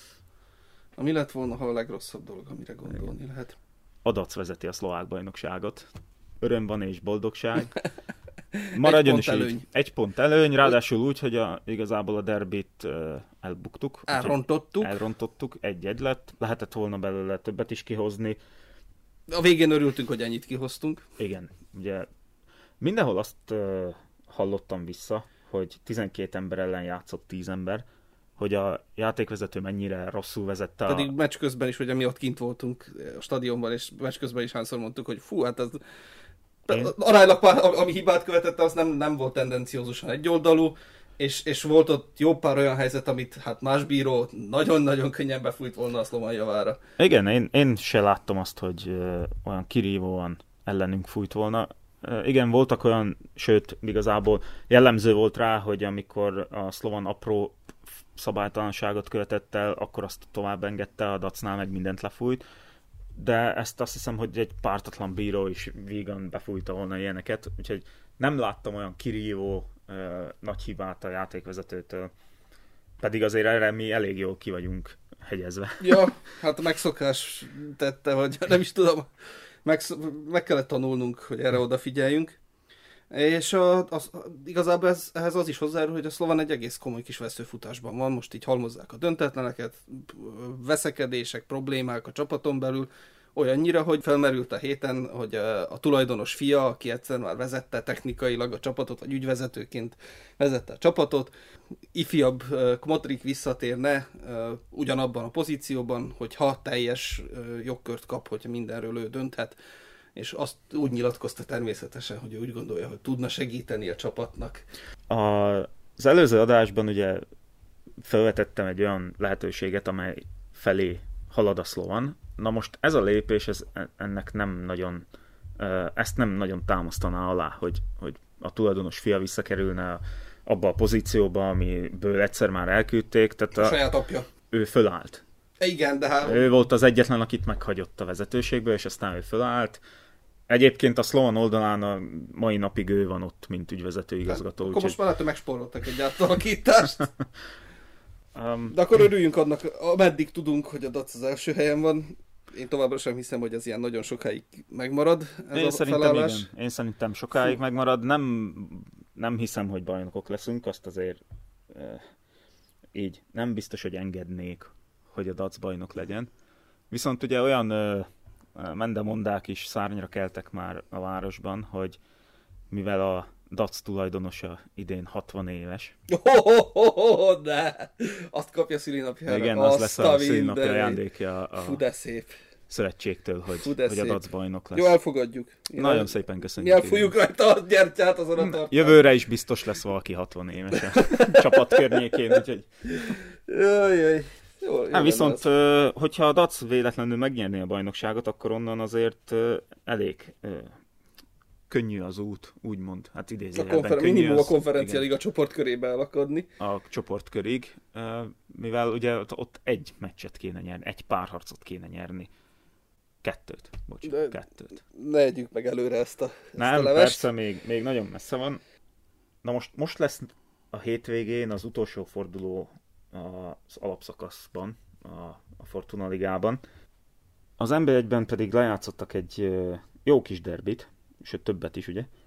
mi lett volna, ha a legrosszabb dolog, amire gondolni Igen. lehet. Adac vezeti a szlovák bajnokságot. Öröm van és boldogság. Maradjon is előny. így. Egy pont előny, ráadásul úgy, hogy a, igazából a derbit uh, elbuktuk. Elrontottuk. Elrontottuk, egy-egy lett. Lehetett volna belőle többet is kihozni. A végén örültünk, hogy ennyit kihoztunk. Igen, ugye mindenhol azt uh, hallottam vissza, hogy tizenkét ember ellen játszott tíz ember, hogy a játékvezető mennyire rosszul vezette. Pedig a... meccs közben is, hogy mi ott kint voltunk a stadionban, és meccs közben is hányszor mondtuk, hogy fú, hát ez Én... aránylag pár, ami hibát követette, az nem, nem volt tendenciózusan egyoldalú, és, és volt ott jó pár olyan helyzet, amit hát más bíró nagyon-nagyon könnyen befújt volna a szlován javára. Igen, én, én se láttam azt, hogy uh, olyan kirívóan ellenünk fújt volna. Igen, voltak olyan, sőt, igazából jellemző volt rá, hogy amikor a szlovan apró szabálytalanságot követett el, akkor azt tovább engedte, a dacnál meg mindent lefújt, de ezt azt hiszem, hogy egy pártatlan bíró is vígan befújta volna ilyeneket, úgyhogy nem láttam olyan kirívó uh, nagy hibát a játékvezetőtől, pedig azért erre mi elég jól ki vagyunk hegyezve. Ja, hát megszokás tette, hogy nem is tudom... Meg, meg kellett tanulnunk, hogy erre odafigyeljünk. És a, az, igazából ez, ehhez az is hozzájárul, hogy a szlován egy egész komoly kis veszőfutásban van. Most így halmozzák a döntetleneket, veszekedések, problémák a csapaton belül. Olyannyira, hogy felmerült a héten, hogy a, a tulajdonos fia, aki egyszer már vezette technikailag a csapatot, vagy ügyvezetőként vezette a csapatot, ifjabb uh, Kmotrik visszatérne uh, ugyanabban a pozícióban, hogyha teljes uh, jogkört kap, hogyha mindenről ő dönthet, és azt úgy nyilatkozta természetesen, hogy ő úgy gondolja, hogy tudna segíteni a csapatnak. A, az előző adásban ugye felvetettem egy olyan lehetőséget, amely felé halad a szlovan. Na most ez a lépés, ez, ennek nem nagyon, ezt nem nagyon támasztaná alá, hogy, hogy a tulajdonos fia visszakerülne a, abba a pozícióba, amiből egyszer már elküldték. Tehát a, a saját apja. Ő fölállt. Igen, de hát... Ő volt az egyetlen, akit meghagyott a vezetőségből, és aztán ő fölállt. Egyébként a Slovan oldalán a mai napig ő van ott, mint ügyvezető igazgató. Hát, akkor most már lehet, hogy megspóroltak egy átalakítást. um, de akkor örüljünk annak, ameddig tudunk, hogy a dé á cé az első helyen van. Én továbbra sem hiszem, hogy ez ilyen nagyon sokáig megmarad, ez Én a szerintem felállás. igen. Én szerintem sokáig Fú. megmarad. Nem, nem hiszem, hogy bajnokok leszünk, azt azért e, így nem biztos, hogy engednék, hogy a dé á cé bajnok legyen. Viszont ugye olyan e, mendemondák is szárnyra keltek már a városban, hogy mivel a dé á cé tulajdonosa idén hatvan éves. Oh, oh, oh, oh, de azt kapja szülinapjára. Igen, az lesz a szülinapi ajándékja a, Fú, de szép. szövetségtől, hogy, Fú, hogy a dé á cé bajnok lesz. Jó, elfogadjuk. Én Nagyon el... szépen köszönjük. Mi elfújjuk rajta a gyertyát azon a tartán. Jövőre is biztos lesz valaki hatvan éves a csapat környékén, úgyhogy... Jaj, jaj. Jó, jó hát viszont, az. hogyha a dé á cé véletlenül megnyerné a bajnokságot, akkor onnan azért elég könnyű az út, úgymond. Hát idézőjelben konfer- könnyű minimum az, a konferencia liga csoportkörébe elakadni. A csoportkörig, mivel ugye ott egy meccset kéne nyerni, egy párharcot kéne nyerni. Kettőt, bocsánat, De kettőt. Ne együk meg előre ezt a, ezt Nem, a levest. persze, még, még nagyon messze van. Na most, most lesz a hétvégén az utolsó forduló az alapszakaszban, a, a Fortuna Ligában. Az en bé egyben pedig lejátszottak egy jó kis derbit, sőt többet is, ugye?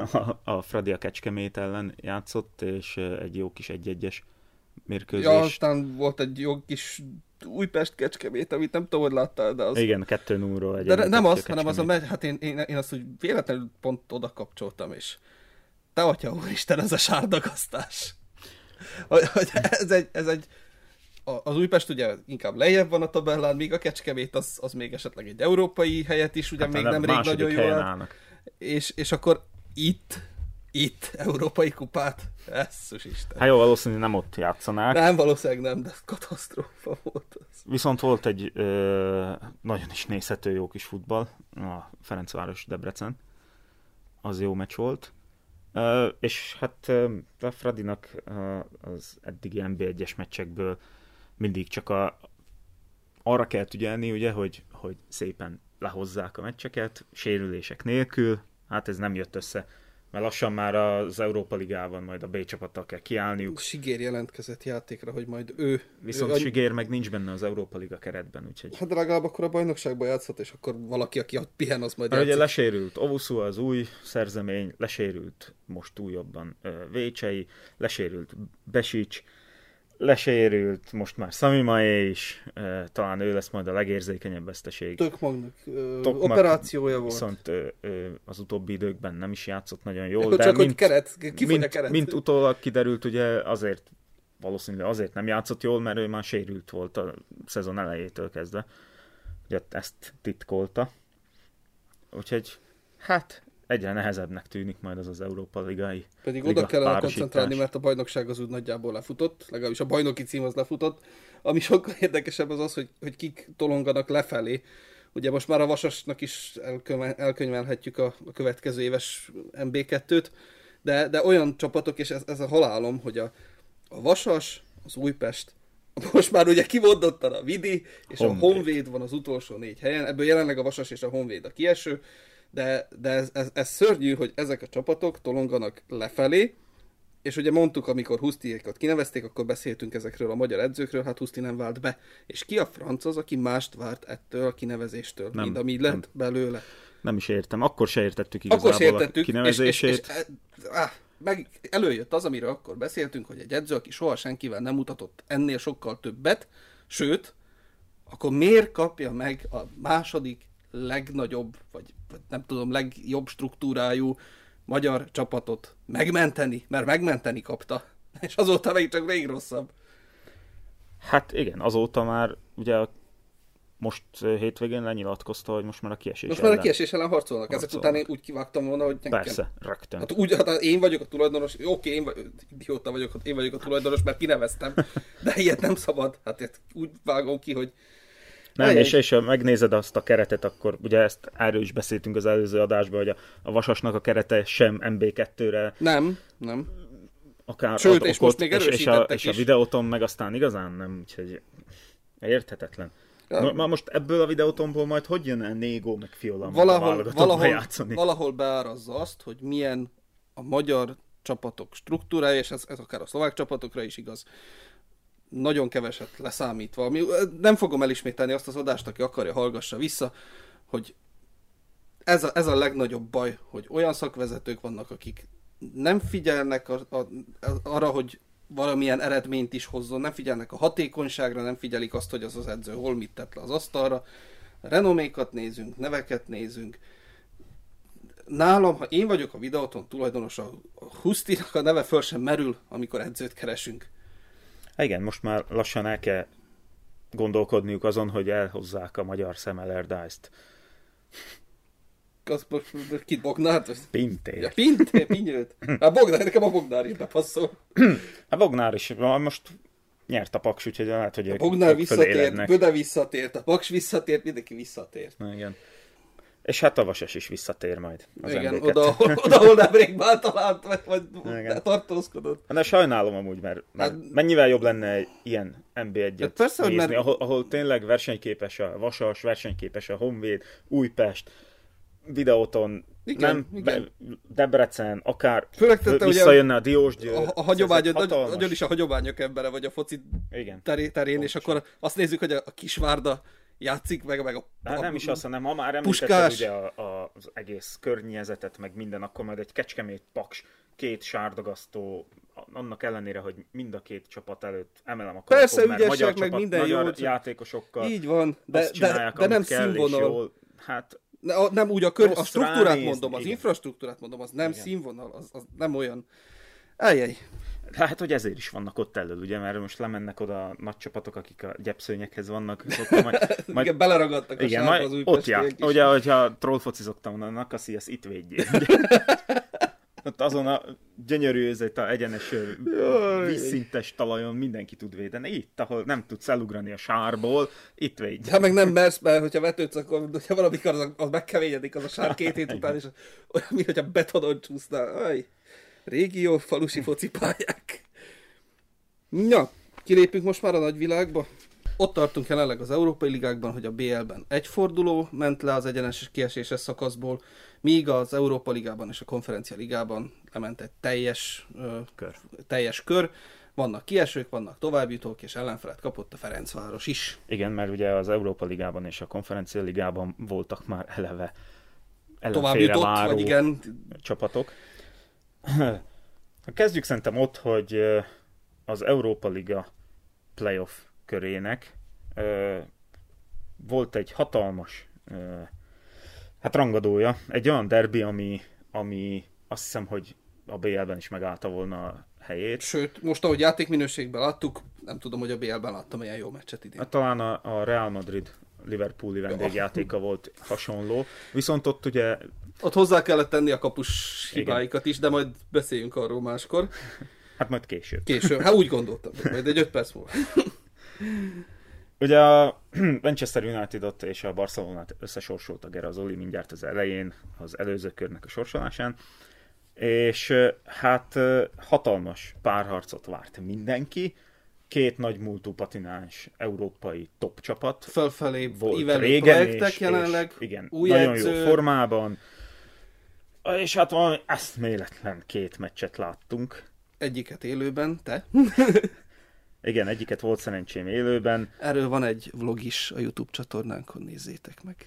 A Fradi a Kecskemét ellen játszott, és egy jó kis egy-egyes mérkőzés. Ja, aztán volt egy jó kis Újpest-Kecskemét, amit nem tudom, hogy láttál, de az... Igen, kettő nullról egy. De nem az, hanem az a megy, hát én, én, én azt úgy véletlenül pont oda kapcsoltam, és te atya úristen, ez a sárdagasztás. Hogy, hogy ez egy, ez egy az Újpest ugye inkább lejjebb van a tabellán, míg a Kecskemét az, az még esetleg egy európai helyet is, ugye hát még nemrég nagyon jól állnak. És, és akkor itt, itt európai kupát, esszus Isten. Hát jó, valószínűleg nem ott játszanák. Nem, valószínűleg nem, de katasztrófa volt az. Viszont volt egy ö, nagyon is nézhető jó kis futball, a Ferencváros-Debrecen. Az jó meccs volt. Uh, és hát uh, a Fradinak uh, az eddigi en bé egyes meccsekből mindig csak a, arra kell ügyelni, ugye, hogy, hogy szépen lehozzák a meccseket, sérülések nélkül. Hát ez nem jött össze, mert lassan már az Európa Ligában majd a B csapattal kell kiállniuk. Sigér jelentkezett játékra, hogy majd ő... Viszont ő, Sigér meg nincs benne az Európa Liga keretben, úgyhogy... Hát de legalább akkor a bajnokságban játszott, és akkor valaki, aki ott pihen, az majd játszik. Ugye lesérült Ovusu, az új szerzemény, lesérült most újabban Vécsei, lesérült Besics, lesérült most már Sami Mae is, talán ő lesz majd a legérzékenyebb veszteség. Tökmagnak operációja volt. Viszont az utóbbi időkben nem is játszott nagyon jól. Jó, de csak mint, hogy keret, mint, a keret. mint utólag kiderült, ugye azért valószínűleg azért nem játszott jól, mert ő már sérült volt a szezon elejétől kezdve. Ugye ezt titkolta. Úgyhogy hát egyre nehezebbnek tűnik majd az az Európa Ligai. Pedig oda kellene koncentrálni, mert a bajnokság az úgy nagyjából lefutott, legalábbis a bajnoki cím az lefutott. Ami sokkal érdekesebb az az, hogy, hogy kik tolonganak lefelé. Ugye most már a Vasasnak is elkönyvelhetjük a, a következő éves en bé kettőt, de, de olyan csapatok, és ez, ez a halálom, hogy a, a Vasas, az Újpest, most már ugye kimondottan a Vidi, és Honvéd. A Honvéd van az utolsó négy helyen, ebből jelenleg a Vasas és a Honvéd a kieső, de, de ez, ez, ez szörnyű, hogy ezek a csapatok tolonganak lefelé, és ugye mondtuk, amikor Husztiékat kinevezték, akkor beszéltünk ezekről a magyar edzőkről, hát Huszti nem vált be. És ki a franc az, aki mást várt ettől a kinevezéstől, nem, mint ami lett nem. belőle? Nem is értem, akkor se értettük igazából akkor se értettük, a kinevezését. És, és, és, áh, meg előjött az, amiről akkor beszéltünk, hogy egy edző, aki soha senkivel nem mutatott ennél sokkal többet, sőt, akkor miért kapja meg a második legnagyobb, vagy, vagy nem tudom, legjobb struktúrájú magyar csapatot megmenteni, mert megmenteni kapta, és azóta még csak még rosszabb. Hát igen, azóta már ugye most hétvégén lenyilatkozta, hogy most már a kiesés Most ellen. már a kiesés ellen harcolnak. harcolnak. Ezek után én úgy kivágtam volna, hogy nekem... Persze, rögtön. Hát úgy, hát én vagyok a tulajdonos, oké, okay, én vagy, idióta vagyok, én vagyok a tulajdonos, mert kineveztem, de ilyet nem szabad. Hát úgy vágom ki, hogy nem, és, és ha megnézed azt a keretet, akkor ugye ezt erről is beszéltünk az előző adásban, hogy a, a Vasasnak a kerete sem en bé kettőre. Nem, nem. akár Sőt, ad és okot, most még és, és, a, erősítettek és a is. videóton meg aztán igazán nem, úgyhogy érthetetlen. Ja. Ma, ma most ebből a videótomból majd hogy jön el Négó meg Fiola Valahol, valahol, játszani? valahol beárazza azt, hogy milyen a magyar csapatok struktúrája, és ez, ez akár a szlovák csapatokra is igaz. Nagyon keveset leszámítva. Nem fogom elismételni azt az adást, aki akarja, hallgassa vissza, hogy ez a, ez a legnagyobb baj, hogy olyan szakvezetők vannak, akik nem figyelnek a, a, arra, hogy valamilyen eredményt is hozzon, nem figyelnek a hatékonyságra, nem figyelik azt, hogy az az edző hol mit tett le az asztalra. Renomékat nézünk, neveket nézünk. Nálam, ha én vagyok a videóton tulajdonosa, a Husztinak a neve föl sem merül, amikor edzőt keresünk. Igen, most már lassan el kell gondolkodniuk azon, hogy elhozzák a magyar Sam Allardyce-t. Az most kit, Bognárt? Pintér. Ja, Pintér, Pinyőt. Hát Bognár, nekem a Bognár is bepasszol. A Bognár is most nyert a Paks, úgyhogy lehet, hogy A ők, Bognár ők visszatért, Böde visszatért, a Paks visszatért, mindenki visszatért. Igen. És hát a Vasas is visszatér majd az Igen, em bé kettő. oda, oda, ahol nemrég már talált, vagy, vagy tartózkodott. De sajnálom amúgy, mert, mert Hát- mennyivel jobb lenne egy ilyen em bé Hát egyet persze, hogy nézni, mert- ahol, ahol tényleg versenyképes a Vasas, versenyképes a Honvéd, Újpest, videóton, Igen, nem, igen. Be, Debrecen, akár Főleg tette, ugye visszajönne a Diós Győr. A, a hagyomány, ez egy nagyon, hatalmas- nagyon is a hagyományok embere vagy a foci Igen. terén, terén és Pontosan. akkor azt nézzük, hogy a, a Kisvárda játszik, meg, meg a, Hát a nem is azt, hanem ha már említetted Puskás. ugye a, a, az egész környezetet, meg minden, akkor majd egy Kecskemét Paks, két sárdagasztó, annak ellenére, hogy mind a két csapat előtt emelem a Persze, kalapot, mert ügyesek, magyar meg csapat, minden magyar jó, csak- játékosokkal Így van, de, azt de, csinálják, de nem amit kell, és színvonal. jól. Hát Ne, a, nem úgy a, kör, a Rossz struktúrát ránézni, mondom, az igen. infrastruktúrát mondom, az nem Igen. színvonal, az, az nem olyan. Eljej. Hát, hogy ezért is vannak ott elől, ugye, mert most lemennek oda a nagy csapatok, akik a gyepszőnyekhez vannak, és ott majd, majd Igen, beleragadtak a igen, sárba az majd ott újpestiek jár. is. Ugye, hogyha trollfocizottam volna, Nakaszi, ezt itt védjél. Ott azon a gyönyörű, ezért a egyenes, Jaj. vízszintes talajon mindenki tud védeni. Itt, ahol nem tudsz elugrani a sárból, itt védj. Ha meg nem mersz, mert hogyha vetődsz, akkor hogyha valamikor az, az megkeményedik az a sár két hét után, és olyan, mint hogyha betonon csúsznál. Aj, régió, falusi focipályák. Ja, kilépünk most már a nagyvilágba. Ott tartunk jelenleg az Európai Ligákban, hogy a bé el-ben egy forduló ment le az egyenes kieséses szakaszból, míg az Európa Ligában és a Konferencia Ligában lement egy teljes ö, Kör. teljes kör. Vannak kiesők, vannak továbbjutók, és ellenfelet kapott a Ferencváros is. Igen, mert ugye az Európa Ligában és a Konferencia Ligában voltak már eleve ellenfélre Továbbjutott, váró vagy igen, csapatok. Kezdjük szerintem ott, hogy ö, az Európa Liga playoff körének ö, volt egy hatalmas ö, hát rangadója, egy olyan derbi, ami, ami azt hiszem, hogy a bé el-ben is megállta volna a helyét. sőt, most ahogy játékminőségben láttuk, nem tudom, hogy a bé el-ben láttam ilyen jó meccset idén. Hát talán a, a Real Madrid Liverpooli vendégjátéka volt hasonló, viszont ott ugye Ott hozzá kellett tenni a kapus hibáikat is, de majd beszéljünk arról máskor. hát majd később. Később, hát úgy gondoltam, majd egy öt perc múlva. Ugye a Manchester United-ot és a Barcelonát összesorsolta Gerazoli mindjárt az elején, az előző körnek a sorsolásán, és hát hatalmas párharcot várt mindenki, két nagy múltú patináns európai top csapat Fölfelé volt ívelő régen, projektek és, jelenleg, és igen, új nagyon edző. jó formában, és hát valami eszméletlen két meccset láttunk. Egyiket élőben, te. Igen, egyiket volt szerencsém élőben. Erről van egy vlog is a YouTube csatornánkon, nézzétek meg.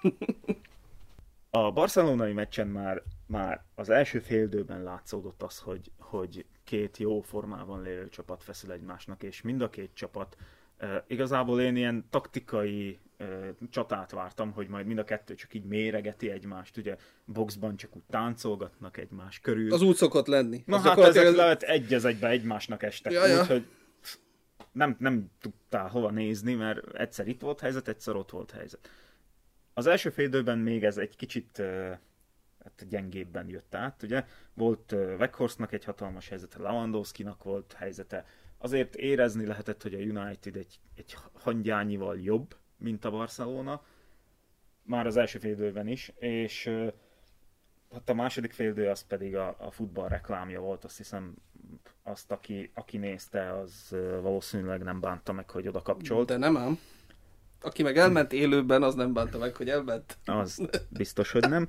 A barcelonai meccsen már, már az első féldőben látszódott az, hogy, hogy két jó formában lévő csapat feszül egymásnak, és mind a két csapat uh, igazából én ilyen taktikai uh, csatát vártam, hogy majd mind a kettő csak így méregeti egymást, ugye boxban csak úgy táncolgatnak egymás körül. Az úgy szokott lenni. Na Az hát gyakorlatilag- ezek lehet egy az egybe egymásnak estek, Ja, ja. úgyhogy nem, nem tudtál hova nézni, mert egyszer itt volt helyzet, egyszer ott volt helyzet. Az első fél időben még ez egy kicsit uh, hát gyengébben jött át, ugye? Volt uh, Weghorstnak egy hatalmas helyzete, Lewandowskinak volt helyzete. Azért érezni lehetett, hogy a United egy, egy hangyányival jobb, mint a Barcelona. Már az első fél időben is, és uh, hát a második félidő az pedig a, a futball reklámja volt, azt hiszem azt, aki, aki nézte, az valószínűleg nem bánta meg, hogy oda kapcsolt. De nem ám. Aki meg elment élőben, az nem bánta meg, hogy elment. Az biztos, hogy nem.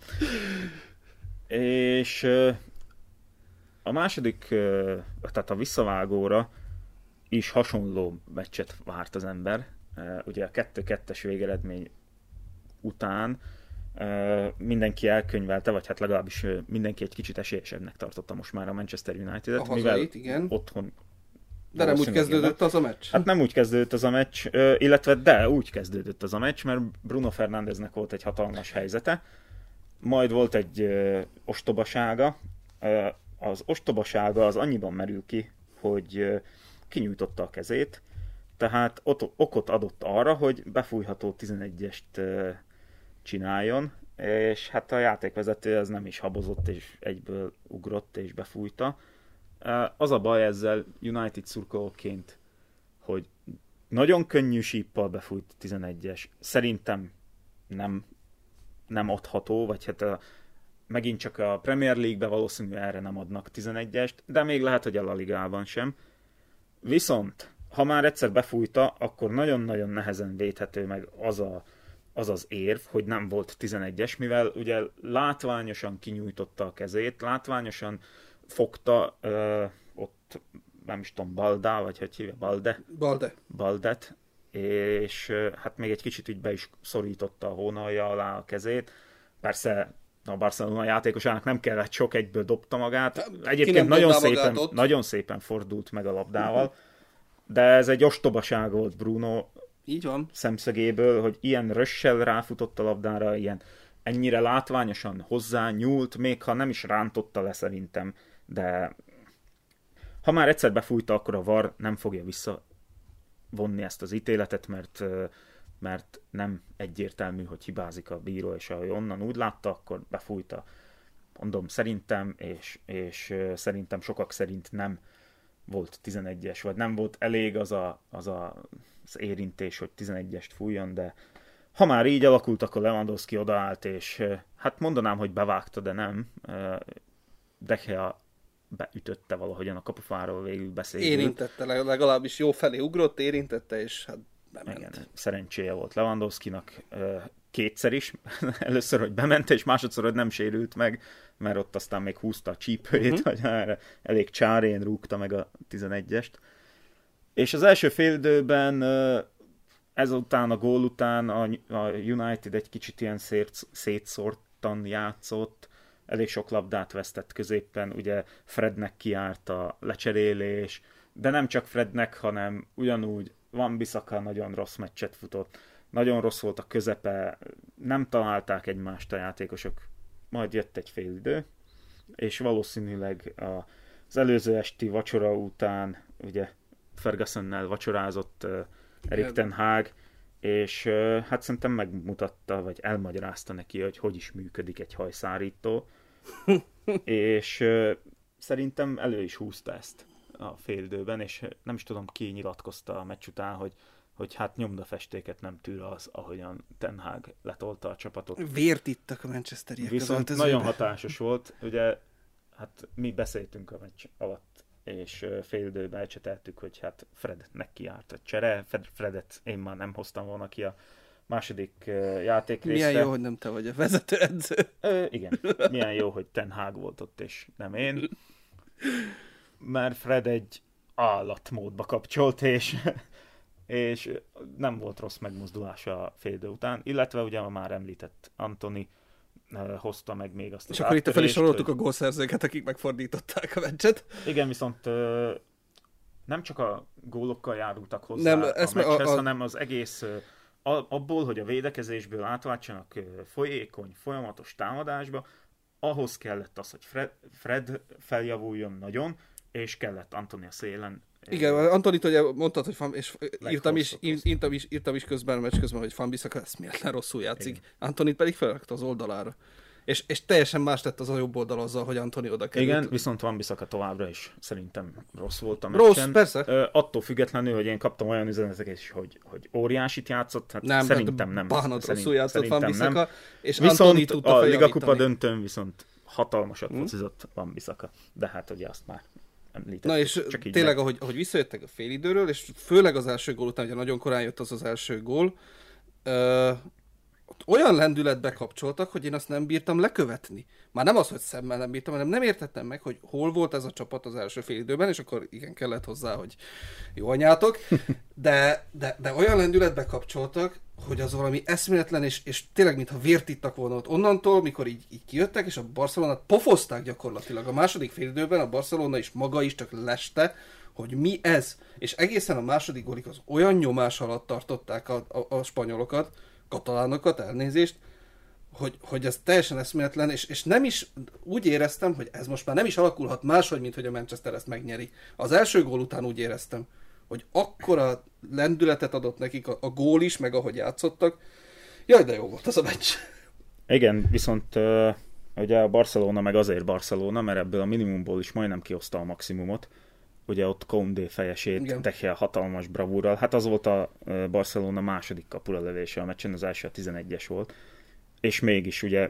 És a második, tehát a visszavágóra is hasonló meccset várt az ember. Ugye a kettő kettes végeredmény után mindenki elkönyvelte, vagy hát legalábbis mindenki egy kicsit esélyesebbnek tartotta most már a Manchester United-et, a mivel igen. otthon... De nem úgy kezdődött az a meccs? Hát nem úgy kezdődött az a meccs, illetve de úgy kezdődött az a meccs, mert Bruno Fernándeznek volt egy hatalmas helyzete, majd volt egy ö, ostobasága. Ö, az ostobasága az annyiban merül ki, hogy ö, kinyújtotta a kezét, tehát ott okot adott arra, hogy befújható tizenegyest ö, csináljon, és hát a játékvezető az nem is habozott, és egyből ugrott és befújta. Az a baj ezzel United szurkolóként, hogy nagyon könnyű síppal befújt tizenegyes. Szerintem nem, nem adható, vagy hát a, megint csak a Premier League-be valószínűleg erre nem adnak tizenegyest, de még lehet, hogy a La Ligában sem. Viszont, ha már egyszer befújta, akkor nagyon-nagyon nehezen védhető meg az a, az, az érv, hogy nem volt tizenegyes, mivel ugye látványosan kinyújtotta a kezét, látványosan fogta ö, ott, nem is tudom, Balda, vagy hogy hívja, Balde? Balde. Baldet, és ö, hát még egy kicsit így be is szorította a hónalja alá a kezét. Persze a Barcelona játékosának nem kellett sok, egyből dobta magát. Egyébként nagyon szépen, nagyon szépen fordult meg a labdával, de ez egy ostobaság volt Bruno így van. szemszögéből, hogy ilyen rössel ráfutott a labdára, ilyen ennyire látványosan hozzá nyúlt, még ha nem is rántotta le szerintem, de ha már egyszer befújta, akkor a vé á er nem fogja visszavonni ezt az ítéletet, mert, mert nem egyértelmű, hogy hibázik a bíró, és ahogy onnan úgy látta, akkor befújta. Mondom, szerintem, és, és szerintem sokak szerint nem volt tizenegyes, vagy nem volt elég az a, az, a, az érintés, hogy tizenegyest fújjon, de ha már így alakult, akkor Lewandowski odaállt, és hát mondanám, hogy bevágta, de nem. De Gea beütötte valahogyan a kapufáról, végül beszélült. Érintette, legalábbis jó felé ugrott, érintette, és hát bement. Igen, szerencséje volt Lewandowskinak kétszer is. Először, hogy bement, és másodszor, hogy nem sérült meg, mert ott aztán még húzta a csípőjét, uh-huh. hogy erre elég csárén rúgta meg a tizenegyest. És az első félidőben ezután a gól után a United egy kicsit ilyen szétszórtan játszott, elég sok labdát vesztett középen, ugye Frednek kiárt a lecserélés, de nem csak Frednek, hanem ugyanúgy Wan-Bissaka nagyon rossz meccset futott, nagyon rossz volt a közepe, nem találták egymást a játékosok, majd jött egy fél idő, és valószínűleg az előző esti vacsora után ugye Fergusonnel vacsorázott Erik ten Hag, és hát szerintem megmutatta, vagy elmagyarázta neki, hogy hogy is működik egy hajszárító, és szerintem elő is húzta ezt a félidőben, és nem is tudom, ki nyilatkozta a meccs után, hogy, hogy hát nyomdafestéket nem tűr az, ahogyan ten Hag letolta a csapatot. Vért ittak a manchesteriek. Viszont nagyon hatásos volt, ugye hát mi beszéltünk a meccs alatt, és fél időben elcseteltük, hogy hát Frednek kiárt a csere, Fredet én már nem hoztam volna ki a második játékrészre. Milyen jó, hogy nem te vagy a vezetőedző. Ö, igen, milyen jó, hogy ten Hag volt ott, és nem én. Mert Fred egy állatmódba kapcsolt, és, és nem volt rossz megmozdulása a fél idő után, illetve ugye a már említett Antony hozta meg még azt az és akkor itt fel is soroltuk hogy... a gólszerzőket, akik megfordították a meccset. Igen, viszont nem csak a gólokkal járultak hozzá nem, a ezt meccshez, a, a... hanem az egész abból, hogy a védekezésből átváltsanak folyékony, folyamatos támadásba, ahhoz kellett az, hogy Fred, Fred feljavuljon nagyon, és kellett Antony a szélen. Igen, Antonit ugye mondtad, hogy fan, és írtam is, írtam, is, írtam is közben, a meccs közben, hogy Wan-Bissaka eszméletlen rosszul játszik. Igen. Antonit pedig felrakta az oldalára. És, és teljesen más tett az a jobb oldal azzal, hogy Antony oda került. Igen, viszont Wan-Bissaka továbbra is szerintem rossz volt a meccsen. Rossz, persze. Ö, attól függetlenül, hogy én kaptam olyan üzeneteket is, hogy, hogy óriásit játszott, hát nem, szerintem nem. Bánat rosszul játszott Wan-Bissaka, és viszont Antony tudta a Liga Kupa döntőn viszont hatalmasat hmm. focizott Wan-Bissaka, de hát ugye azt már említettem. Na és csak tényleg, ahogy, ahogy visszajöttek a félidőről, és főleg az első gól után, ugye nagyon korán jött az az első gól, ö, olyan lendületbe kapcsoltak, hogy én azt nem bírtam lekövetni. Már nem az, hogy szemmel nem bírtam, hanem nem értettem meg, hogy hol volt ez a csapat az első félidőben, és akkor igen, kellett hozzá, hogy jó anyátok, de, de, de olyan lendületbe kapcsoltak, hogy az valami eszméletlen, és, és tényleg mintha vért ittak volna ott onnantól, mikor így, így kijöttek, és a Barcelonát pofozták gyakorlatilag. A második félidőben a Barcelona is maga is csak leste, hogy mi ez. És egészen a második gólig az olyan nyomás alatt tartották a, a, a spanyolokat, katalánokat, elnézést, hogy, hogy ez teljesen eszméletlen, és, és nem is úgy éreztem, hogy ez most már nem is alakulhat máshogy, mint hogy a Manchester ezt megnyeri. Az első gól után úgy éreztem, hogy akkora lendületet adott nekik a, a gól is, meg ahogy játszottak. Jaj, de jó volt az a meccs. Igen, viszont uh, ugye a Barcelona meg azért Barcelona, mert ebből a minimumból is majdnem kihozta a maximumot. Ugye ott Koundé fejesét Techel hatalmas bravúrral. Hát az volt a Barcelona második kapura lövése a meccsen, az első a tizenegyes volt. És mégis ugye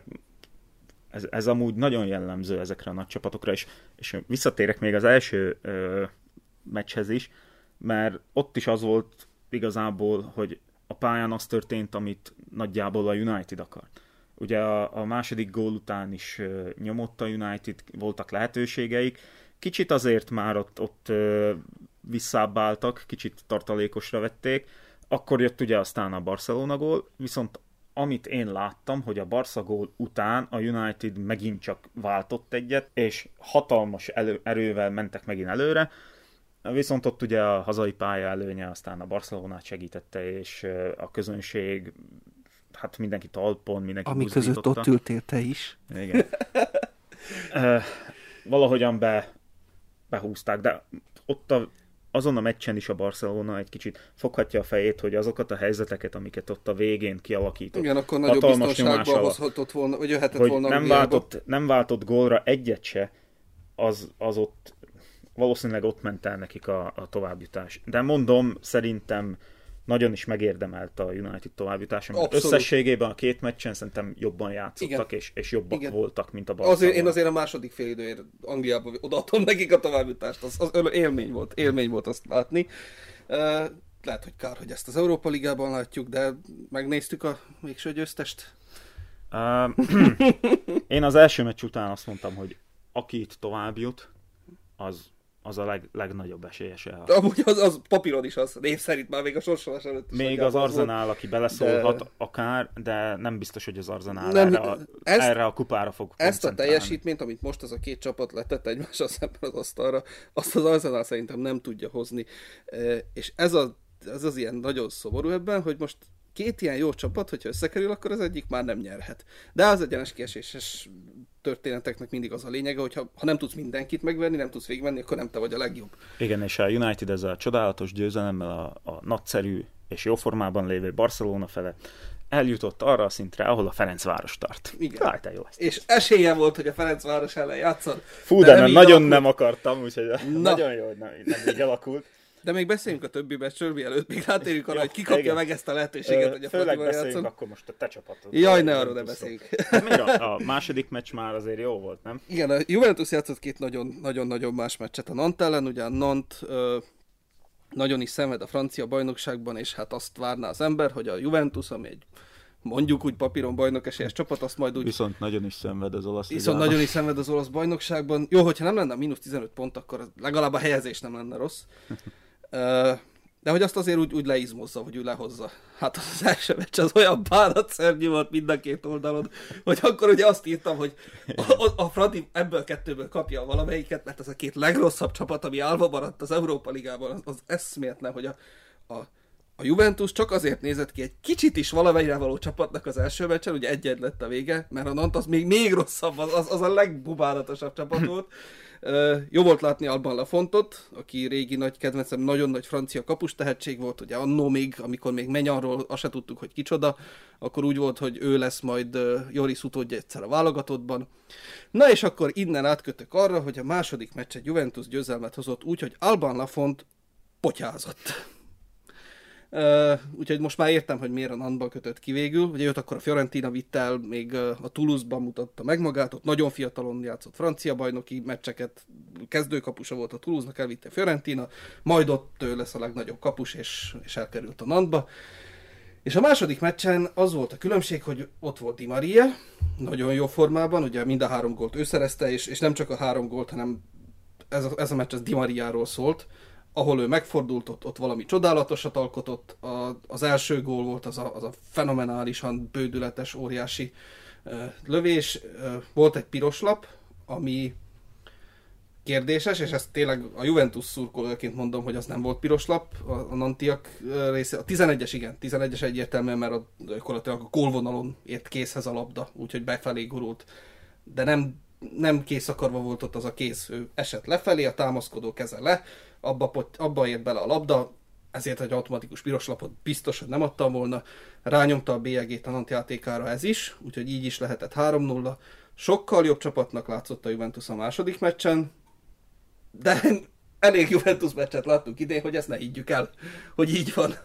ez, ez amúgy nagyon jellemző ezekre a nagy csapatokra, és, és visszatérek még az első ö, meccshez is, mert ott is az volt igazából, hogy a pályán az történt, amit nagyjából a United akart. Ugye a, a második gól után is ö, nyomott a United, voltak lehetőségeik, kicsit azért már ott, ott ö, visszábbáltak, kicsit tartalékosra vették, akkor jött ugye aztán a Barcelona gól, viszont amit én láttam, hogy a Barca gól után a United megint csak váltott egyet, és hatalmas elő, erővel mentek megint előre, viszont ott ugye a hazai pálya előnye aztán a Barcelonát segítette, és a közönség, hát mindenki talpon, mindenki ami között ott ültél te is. Igen. uh, valahogyan be, behúzták, de ott a azon a meccsen is a Barcelona egy kicsit foghatja a fejét, hogy azokat a helyzeteket, amiket ott a végén kialakított. Igen, akkor nagyobb biztonságban hozhatott volna, vagy jöhetett hogy volna. Nem váltott, nem váltott gólra egyet se, az, az ott valószínűleg ott ment el nekik a, a továbbjutás. De mondom, szerintem nagyon is megérdemelte a United továbbjutása. Összességében a két meccsen szerintem jobban játszottak, és, és jobbak Igen. voltak, mint a Barcelona. Azért, én azért a második fél időért Angliába odaadtam nekik a továbbjutást. Az, az élmény volt, élmény volt azt látni. Uh, lehet, hogy kár, hogy ezt az Európa Ligában látjuk, de megnéztük a végső győztest. Uh, én az első meccs után azt mondtam, hogy aki itt tovább jut, az az a leg, legnagyobb esélyese. Amúgy az, az papíron is az, név szerint már még a sorsolás előtt is. Még az Arsenal, aki beleszólhat de... akár, de nem biztos, hogy az Arsenal nem, erre, a, ezt, erre a kupára fog Ezt a teljesítményt, amit most az a két csapat letett egymással szemben az asztalra, azt az Arsenal szerintem nem tudja hozni. És ez, a, ez az ilyen nagyon szomorú ebben, hogy most két ilyen jó csapat, hogyha összekerül, akkor az egyik már nem nyerhet. De az egyenes kieséses történeteknek mindig az a lényege, hogy ha, ha nem tudsz mindenkit megverni, nem tudsz végigmenni, akkor nem te vagy a legjobb. Igen, és a United ezzel a csodálatos győzelemmel a, a nagyszerű és jó formában lévő Barcelona felett eljutott arra a szintre, ahol a Ferencváros tart. Igen. Jaj, te jó ezt. És esélye volt, hogy a Ferencváros ellen játszol. Fú, de, de nem nagyon alakult. Nem akartam, úgyhogy nagyon jó, hogy nem, nem így alakult. De még beszéljünk a többi meccsről, mielőtt még rátérjünk arra, hogy ki kapja igen. meg ezt a lehetőséget, hogy a Főleg beszéljünk játszon. Akkor most a te csapatod. Jaj, ne arról ne beszéljünk. A, a második meccs már azért jó volt, nem? Igen, a Juventus játszott két nagyon-nagyon más meccset a Nantes ellen, ugye a Nantes ö, nagyon is szenved a francia bajnokságban, és hát azt várná az ember, hogy a Juventus, ami egy mondjuk úgy papíron bajnokesélyes csapat, azt majd úgy... Viszont nagyon is szenved az olasz Viszont nagyon is szenved az olasz bajnokságban. Jó, hogyha nem lenne a mínusz tizenöt pont, akkor legalább a helyezés nem lenne rossz. De hogy azt azért úgy, úgy leizmozza, hogy úgy lehozza. Hát az első meccs az olyan bánatszernyű volt mind a két oldalon, hogy akkor ugye azt írtam, hogy a, a Fradi ebből kettőből kapja valamelyiket, mert ez a két legrosszabb csapat, ami állva maradt az Európa Ligában, az, az eszméletlen, hogy a, a, a Juventus csak azért nézett ki egy kicsit is valamelyre való csapatnak az első meccsen, ugye egy-egy lett a vége, mert a Nantes az még, még rosszabb, az, az, az a legbubálatosabb csapat volt. Uh, jó volt látni Alban Lafontot, aki régi nagy kedvencem, nagyon nagy francia kapus tehetség volt, ugye annó még, amikor még Menyanról azt se tudtuk, hogy kicsoda, akkor úgy volt, hogy ő lesz majd uh, Joris utódja egyszer a válogatottban. Na és akkor innen átkötök arra, hogy a második meccset Juventus győzelmet hozott úgy, hogy Alban Lafont potyázott. Uh, úgyhogy most már értem, hogy miért a Nantba kötött ki végül. Ugye őt akkor a Fiorentina vitt el, még uh, a Toulouse-ban mutatta meg magát, ott nagyon fiatalon játszott francia bajnoki meccseket, kezdőkapusa volt a Toulouse-nak, elvitte a Fiorentina, majd ott ő lesz a legnagyobb kapus, és, és elkerült a Nantba. És a második meccsen az volt a különbség, hogy ott volt Di Maria, nagyon jó formában, ugye mind a három gólt ő szerezte, és, és nem csak a három gólt, hanem ez a, ez a meccs az Di Mariáról szólt, ahol ő megfordult, ott, ott valami csodálatosat alkotott, a, az első gól volt az a, az a fenomenálisan bődületes, óriási uh, lövés. Uh, volt egy piros lap, ami kérdéses, és ezt tényleg a Juventus szurkolóként mondom, hogy az nem volt piros lap, a, a nantiak része. A tizenegyes igen, tizenegyes egyértelműen, mert a, gyakorlatilag a gólvonalon ért kézhez a labda, úgyhogy befelé gurult. De nem, nem kész akarva volt ott az a kéz, ő esett lefelé, a támaszkodó keze le, abba, abba ért bele a labda, ezért egy automatikus piros lapot biztos, hogy nem adtam volna. Rányomta a bélyegét a Nanti játékára ez is, úgyhogy így is lehetett három nulla. Sokkal jobb csapatnak látszott a Juventus a második meccsen, de elég Juventus meccset láttunk idén, hogy ezt ne higgyük el, hogy így van.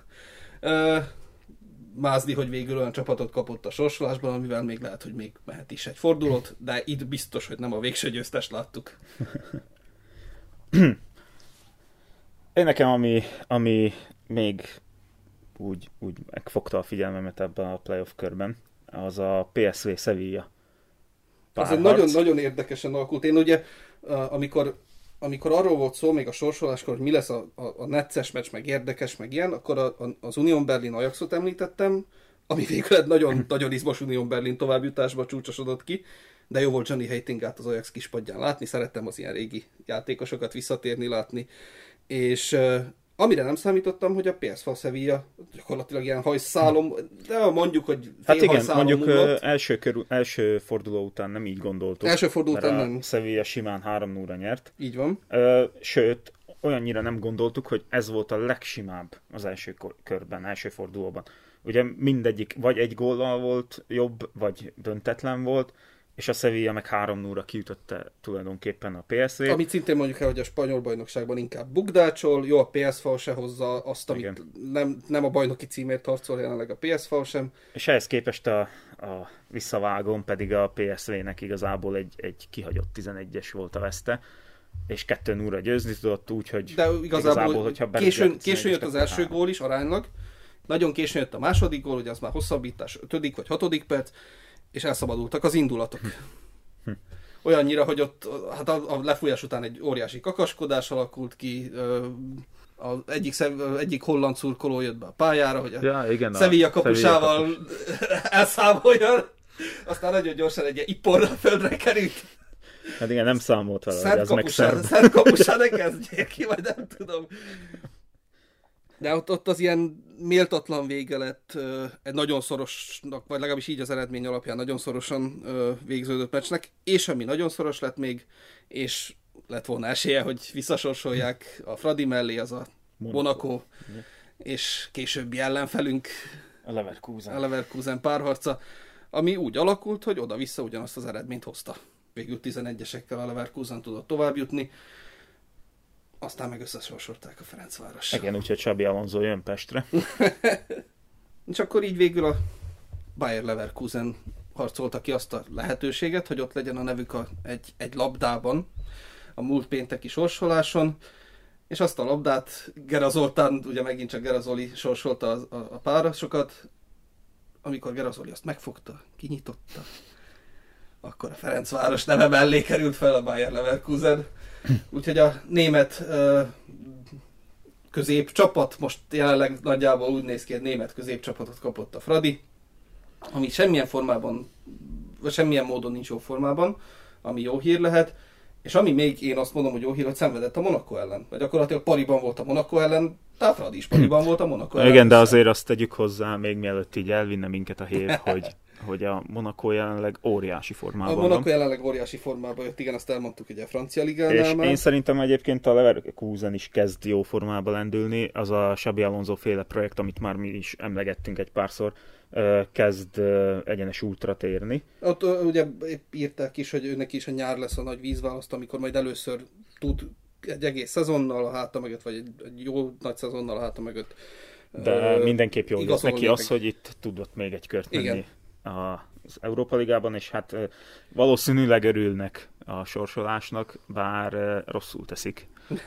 Mázni, hogy végül olyan csapatot kapott a sorsolásban, amivel még lehet, hogy még mehet is egy fordulót, de itt biztos, hogy nem a végső győztest láttuk. Én nekem, ami, ami még úgy, úgy megfogta a figyelmemet ebben a playoff körben, az a pé es vé Sevilla párharc. Ez egy nagyon-nagyon érdekesen alakult. Én ugye, amikor, amikor arról volt szó még a sorsoláskor, hogy mi lesz a, a, a necces meccs, meg érdekes, meg ilyen, akkor a, a, az Union Berlin Ajaxot említettem, ami végül egy nagyon, nagyon izmos Union Berlin továbbjutásba csúcsosodott ki, de jó volt Johnny Heitingát az Ajax kispadján látni, szerettem az ilyen régi játékosokat visszatérni, látni, és uh, amire nem számítottam, hogy a pé es vé Sevilla gyakorlatilag ilyen hajszálom, de mondjuk, hogy hát igen, mondjuk múlott. első, körül, első forduló után nem így gondoltuk. Első forduló után nem. A Sevilla simán három nulla nyert. Így van. Uh, sőt, olyannyira nem gondoltuk, hogy ez volt a legsimább az első körben, első fordulóban. Ugye mindegyik vagy egy góllal volt jobb, vagy döntetlen volt, és a Sevilla meg három nulla kiütötte tulajdonképpen a pé es vét. Amit szintén mondjuk el, hogy a spanyol bajnokságban inkább bukdácsol, jó, a pé es vé se hozza azt, amit nem, nem a bajnoki címért harcol jelenleg a pé es vé sem. És ehhez képest a, a visszavágón pedig a pé es vének igazából egy, egy kihagyott tizenegyes volt a veszte, és kettő nulla győzni tudott, úgyhogy de igazából, igazából hogyha későn, későn jött az első három. Gól is aránylag, nagyon későn jött a második gól, ugye az már hosszabbítás, ötödik vagy hatodik perc, és elszabadultak az indulatok. Olyannyira, hogy ott hát a, a lefújás után egy óriási kakaskodás alakult ki, az egyik, egyik holland szurkoló jött be a pályára, hogy a ja, igen, Sevilla kapusával elszámoljon, aztán nagyon gyorsan egy ilyen iporra földre került. Hát igen, nem számolt vele, hogy ez meg szerb. Szent kapusán ne kezdjék ki, vagy nem tudom. De ott, ott az ilyen méltatlan vége lett, egy nagyon szorosnak, vagy legalábbis így az eredmény alapján nagyon szorosan végződött meccsnek, és ami nagyon szoros lett még, és lett volna esélye, hogy visszasorsolják a Fradi mellé, az a Monaco, Monaco és későbbi ellenfelünk, a Leverkusen. a Leverkusen párharca, ami úgy alakult, hogy oda-vissza ugyanazt az eredményt hozta. Végül tizenegyesekkel a Leverkusen tudott továbbjutni, aztán meg összesorsolták a Ferencvárossal. Igen, úgyhogy Xabi Alonso jön Pestre. És akkor így végül a Bayer Leverkusen harcolta ki azt a lehetőséget, hogy ott legyen a nevük a, egy, egy labdában, a múlt pénteki sorsoláson, és azt a labdát Gera Zoltán, ugye megint csak Gera Zoli sorsolta a, a, a párosokat, amikor Gera Zoli azt megfogta, kinyitotta, akkor a Ferencváros neve mellé került fel a Bayer Leverkusen. Úgyhogy a német uh, középcsapat, most jelenleg nagyjából úgy néz ki, hogy német középcsapatot kapott a Fradi, ami semmilyen formában, vagy semmilyen módon nincs jó formában, ami jó hír lehet, és ami még én azt mondom, hogy jó hír, hogy szenvedett a Monaco ellen. Vagy gyakorlatilag pariban volt a Monaco ellen, tehát Fradi is pariban volt a Monaco ellen. Igen, de azért azt tegyük hozzá, még mielőtt így elvinne minket a hír, hogy hogy a Monaco jelenleg óriási formában van. A Monaco jelenleg óriási formában jött, igen, azt elmondtuk ugye a francia ligánál és már. Én szerintem egyébként a Leverkusen is kezd jó formában lendülni, az a Xabi Alonso féle projekt, amit már mi is emlegettünk egy párszor, kezd egyenes útra térni. Ott ugye írták is, hogy őnek is a nyár lesz a nagy vízválaszt, amikor majd először tud egy egész szezonnal a háta mögött, vagy egy, egy jó nagy szezonnal a háta mögött De ö, mindenképp jól jött neki az, hogy itt tudott még egy kört menni az Európa Ligában, és hát valószínűleg örülnek a sorsolásnak, bár rosszul teszik.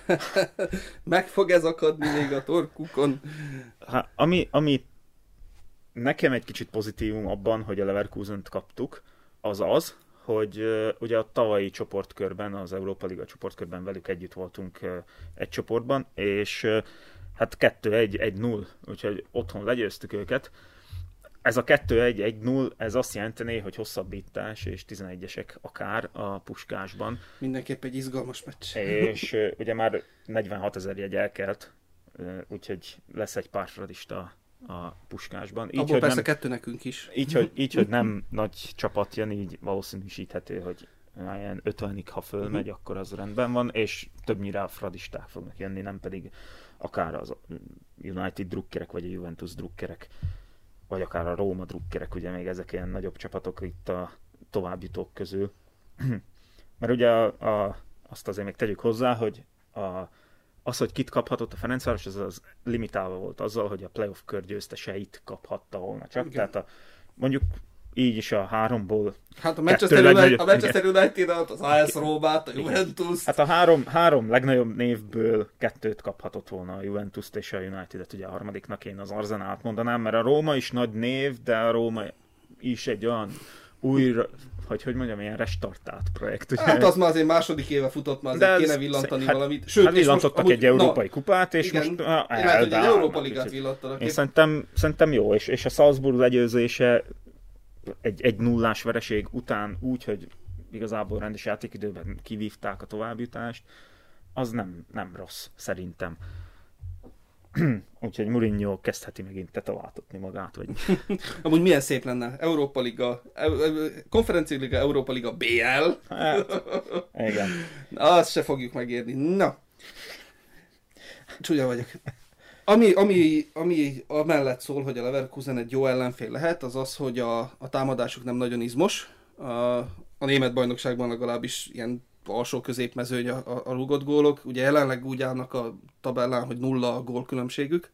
Meg fog ez akadni még a torkukon. Hát, ami, ami nekem egy kicsit pozitívum abban, hogy a Leverkusent kaptuk, az az, hogy uh, ugye a tavalyi csoportkörben, az Európa Liga csoportkörben velük együtt voltunk uh, egy csoportban, és uh, hát kettő egy egy null, úgyhogy otthon legyőztük őket. Ez a kettő egy egy null, ez azt jelenteni, hogy hosszabbítás és tizenegyesek akár a Puskásban. Mindenképp egy izgalmas meccs. És uh, ugye már negyvenhat ezer jegy elkelt, uh, úgyhogy lesz egy pár fradista a Puskásban. Így, abból persze nem, kettő nekünk is. Így hogy, így, hogy nem nagy csapat jön, így valószínűsíthető, hogy ilyen ötvenig, ha fölmegy, uh-huh. akkor az rendben van, és többnyire a fradisták fognak jönni, nem pedig akár az United drukkerek, vagy a Juventus drukkerek, vagy akár a Róma drukkerek, ugye még ezek ilyen nagyobb csapatok itt a továbbjutók közül. Mert ugye a, a, azt azért még tegyük hozzá, hogy a az, hogy kit kaphatott a Ferencváros, az, az limitálva volt azzal, hogy a playoff kör győzteseit kaphatta volna csak. Igen. Tehát a, mondjuk így is a háromból hát a Manchester United, a Manchester United, az á es Rómát, a Juventus. Hát a három, három legnagyobb névből kettőt kaphatott volna a Juventus-t és a United-et. Ugye a harmadiknak én az Arsenalt mondanám, mert a Róma is nagy név, de a Róma is egy olyan újra, hogy hogy mondjam, ilyen restartált projekt. Ugye? Hát az már azért második éve futott, már azért kéne villantani hát, valamit. Sőt, hát villantottak most, egy amúgy, európai na, kupát, és igen, most ah, lehet, hogy egy Európa Ligát villantanak. Én szerintem, szerintem jó, és, és a Salzburg legyőzése egy, egy nullás vereség után úgy, hogy igazából rendes játékidőben kivívták a továbbjutást, az nem, nem rossz, szerintem. Úgyhogy Mourinho kezdheti megint tetováltatni magát. Vagy... Amúgy milyen szép lenne. Európa Liga, Konferencia Liga, Európa Liga bé el. Hát, igen. Azt se fogjuk megérni. Na. Csúnya vagyok. Ami, ami, ami amellett szól, hogy a Leverkusen egy jó ellenfél lehet, az az, hogy a, a támadásuk nem nagyon izmos. A, a német bajnokságban legalábbis ilyen alsó középmezőny a, a, a rúgott gólok. Ugye jelenleg úgy állnak a tabellán, hogy nulla a gólkülönbségük,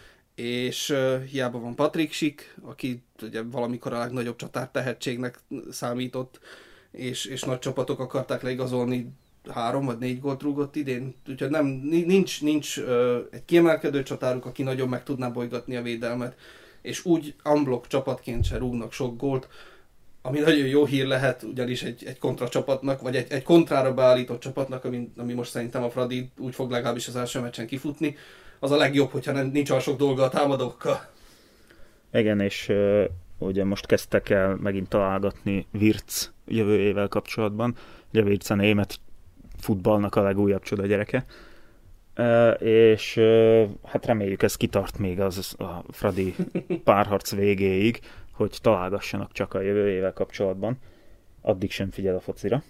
és uh, hiába van Patrick Schick, aki ugye valamikor a legnagyobb csatár tehetségnek számított, és, és nagy csapatok akarták leigazolni, három vagy négy gólt rúgott idén, úgyhogy nem, nincs, nincs uh, egy kiemelkedő csatáruk, aki nagyon meg tudná bolygatni a védelmet, és úgy unblock csapatként se rúgnak sok gólt, ami nagyon jó hír lehet, ugyanis egy, egy kontra csapatnak, vagy egy, egy kontrára beállított csapatnak, ami, ami most szerintem a Fradi úgy fog legalábbis az első meccsen kifutni, az a legjobb, hogyha nem, nincs olyan sok dolga a támadókkal. Igen, és uh, ugye most kezdtek el megint találgatni Wirtz jövőjével kapcsolatban. Ugye Wirtz a német futballnak a legújabb csoda gyereke. Uh, és uh, hát reméljük ez kitart még az a Fradi párharc végéig, hogy találgassanak csak a jövőjével kapcsolatban. Addig sem figyel a focira.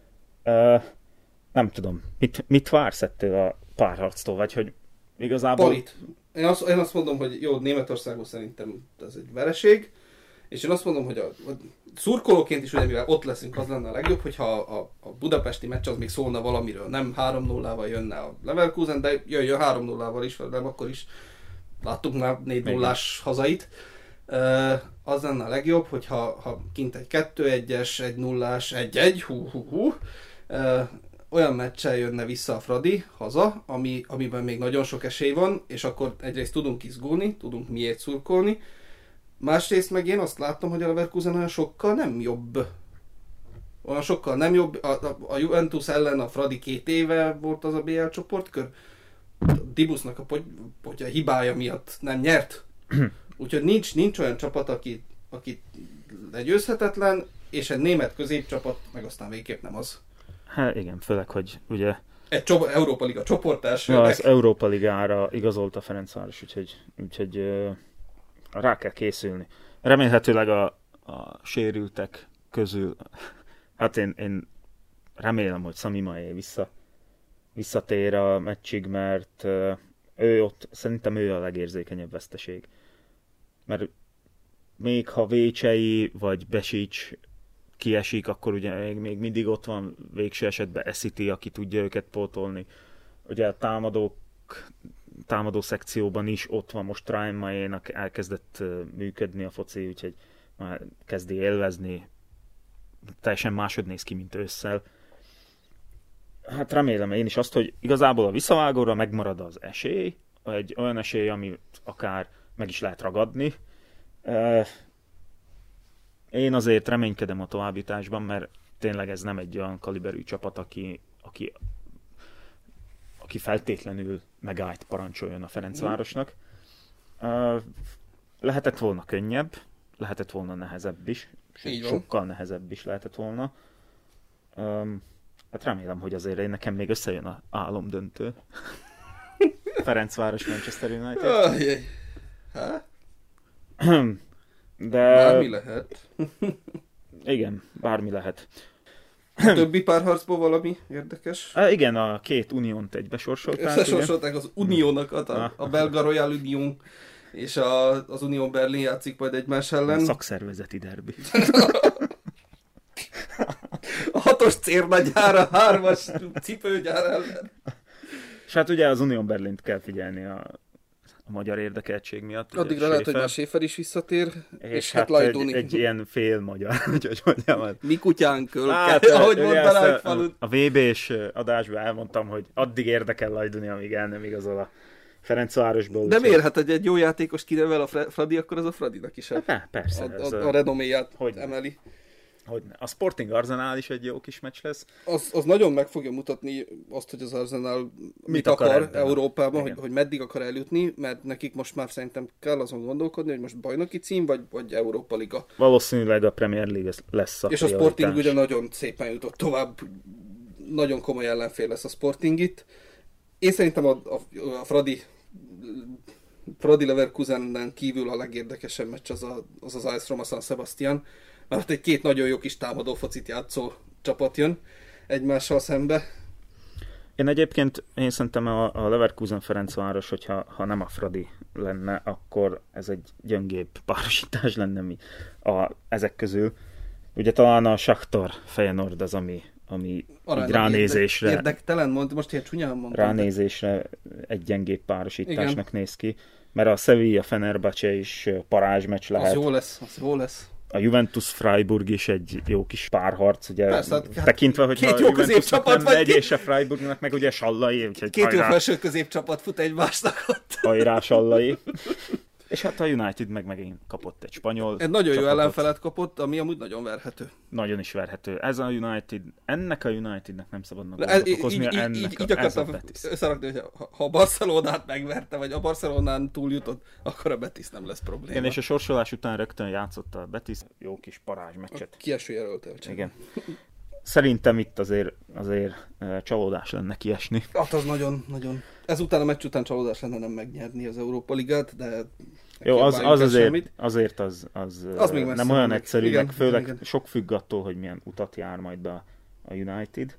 Uh, nem tudom, mit, mit vársz ettől a párharctól, vagy hogy igazából... Palit. Én azt, én azt mondom, hogy jó, Németországban szerintem ez egy vereség, és én azt mondom, hogy a, a szurkolóként is, ugye, mivel ott leszünk, az lenne a legjobb, hogyha a, a, a budapesti meccs az még szólna valamiről. Nem három nullával jönne a Leverkusen, de jöjjön három nullával is, de akkor is láttuk már négy nullás hazait. Uh, az lenne a legjobb, hogyha ha kint egy kettő egyes, egy nullás, egy egy, hú, hú, hú. Uh, olyan meccsel jönne vissza a Fradi haza, ami, amiben még nagyon sok esély van, és akkor egyrészt tudunk izgulni, tudunk miért szurkolni, másrészt meg én azt láttam, hogy a Leverkusen olyan sokkal nem jobb. Olyan sokkal nem jobb. A, a, a Juventus ellen a Fradi két éve volt az a bé el csoportkör. A Dibusznak a potya hibája miatt nem nyert. Úgyhogy nincs, nincs olyan csapat, aki, aki legyőzhetetlen, és egy német középcsapat meg aztán végképp nem az. Hát igen, főleg, hogy ugye... Egy csopo- Európa Liga csoportás. Ja, az Európa Ligára igazolt a Ferencváros, úgyhogy, úgyhogy uh, rá kell készülni. Remélhetőleg a, a sérültek közül, hát én, én remélem, hogy Sami Majé vissza, visszatér a meccsig, mert uh, ő ott, szerintem ő a legérzékenyebb veszteség. Mert még ha Vécsei vagy Besics kiesik, akkor ugye még, még mindig ott van végső esetben Esziti, aki tudja őket pótolni. Ugye a támadók támadó szekcióban is ott van most Ryan Mahénak, elkezdett működni a foci, úgyhogy már kezdi élvezni, teljesen máshogy néz ki, mint ősszel. Hát remélem én is azt, hogy igazából a visszavágóra megmarad az esély, egy olyan esély, ami akár meg is lehet ragadni. Én azért reménykedem a továbbjutásban, mert tényleg ez nem egy olyan kaliberű csapat, aki, aki, aki feltétlenül megállt parancsoljon a Ferencvárosnak. Lehetett volna könnyebb, lehetett volna nehezebb is, sokkal nehezebb is lehetett volna. Hát remélem, hogy azért én nekem még összejön az álomdöntő. Ferencváros Manchester United. Oh, jaj. Hát? De... Bármi lehet. Igen, bármi lehet. A többi párharcból valami érdekes? Há, igen, a két Uniónt egybe sorsolták. Összesorsolták az Uniónakat, a, a belga Royal Union és a, az Unión Berlin játszik majd egymás ellen. A szakszervezeti derbi. A hatos cérnagyár, a hármas cipőgyár ellen. És hát ugye az Unión Berlint kell figyelni a, a magyar érdekeltség miatt. Addigra lehet, hogy már Schäfer is visszatér, és, és hát, hát egy, egy ilyen fél magyar, úgyhogy mondjam. Mi kutyánköl, hát, ahogy mondanák falut. A, a vé bés adásban elmondtam, hogy addig érdekel Lajduni, amíg el nem igazol a Ferencvárosból. De miért? Hát egy, egy jó játékos kinevel a Fradi, akkor az a Fradinak is a, hát, persze, a, a, a renoméját hogy emeli. Hogyne. A Sporting Arsenal is egy jó kis meccs lesz. Az, az nagyon meg fogja mutatni azt, hogy az Arsenal mit, mit akar, akar Európában, hogy, hogy meddig akar eljutni, mert nekik most már szerintem kell azon gondolkodni, hogy most bajnoki cím, vagy, vagy Európa Liga. Valószínűleg a Premier League lesz a És a Sporting ugye nagyon szépen jutott tovább, nagyon komoly ellenfél lesz a Sporting itt. Én szerintem a, a, a Fradi Fradi Leverkusenen kívül a legérdekesebb meccs az a, az, az á es Roma San Sebastian, mert egy két nagyon jó kis támadó focit játszó csapat jön egymással szembe. Én egyébként, én szerintem a, a Leverkusen Ferencváros, hogyha ha nem a Fradi lenne, akkor ez egy gyöngébb párosítás lenne mi a, ezek közül. Ugye talán a Shakhtar Feyenoord az, ami, ami így ránézésre... Érdek, érdektelen, mond, most ilyen csúnyán mondtam. Ránézésre egy gyengébb párosításnak igen. néz ki. Mert a Sevilla Fenerbahce is parázsmeccs lehet. Az jó lesz, az jó lesz. A Juventus Freiburg is egy jó kis párharc, ugye persze, hát, tekintve, hogy két jó középcsapat vagy megy, és a Freiburgnak meg ugye Sallai. Két hajrá, jó felső középcsapat fut egymásnak ott. Hajrá Sallai. És hát a United meg megint kapott egy spanyol egy nagyon csapatot. Jó ellenfelet kapott, ami amúgy nagyon verhető. Nagyon is verhető. Ez a United, ennek a Unitednek nem szabadna gondot okoznia, így, ennek így, a, így ez a Betis. Összerakni, hogy ha a Barcelonát megverte, vagy a Barcelonán túljutott, akkor a Betis nem lesz probléma. Igen, és a sorsolás után rögtön játszott a Betis jó kis parázsmeccset. Kieső jelölte. Igen. Szerintem itt azért, azért csalódás lenne kiesni. Hát az nagyon, nagyon. Ezután a meccs után csalódás lenne nem megnyerni az Európa Ligát, de... Jó, az, az azért, azért az, az, az nem olyan meg. egyszerű, igen, meg főleg igen. sok függ attól, hogy milyen utat jár majd be a United.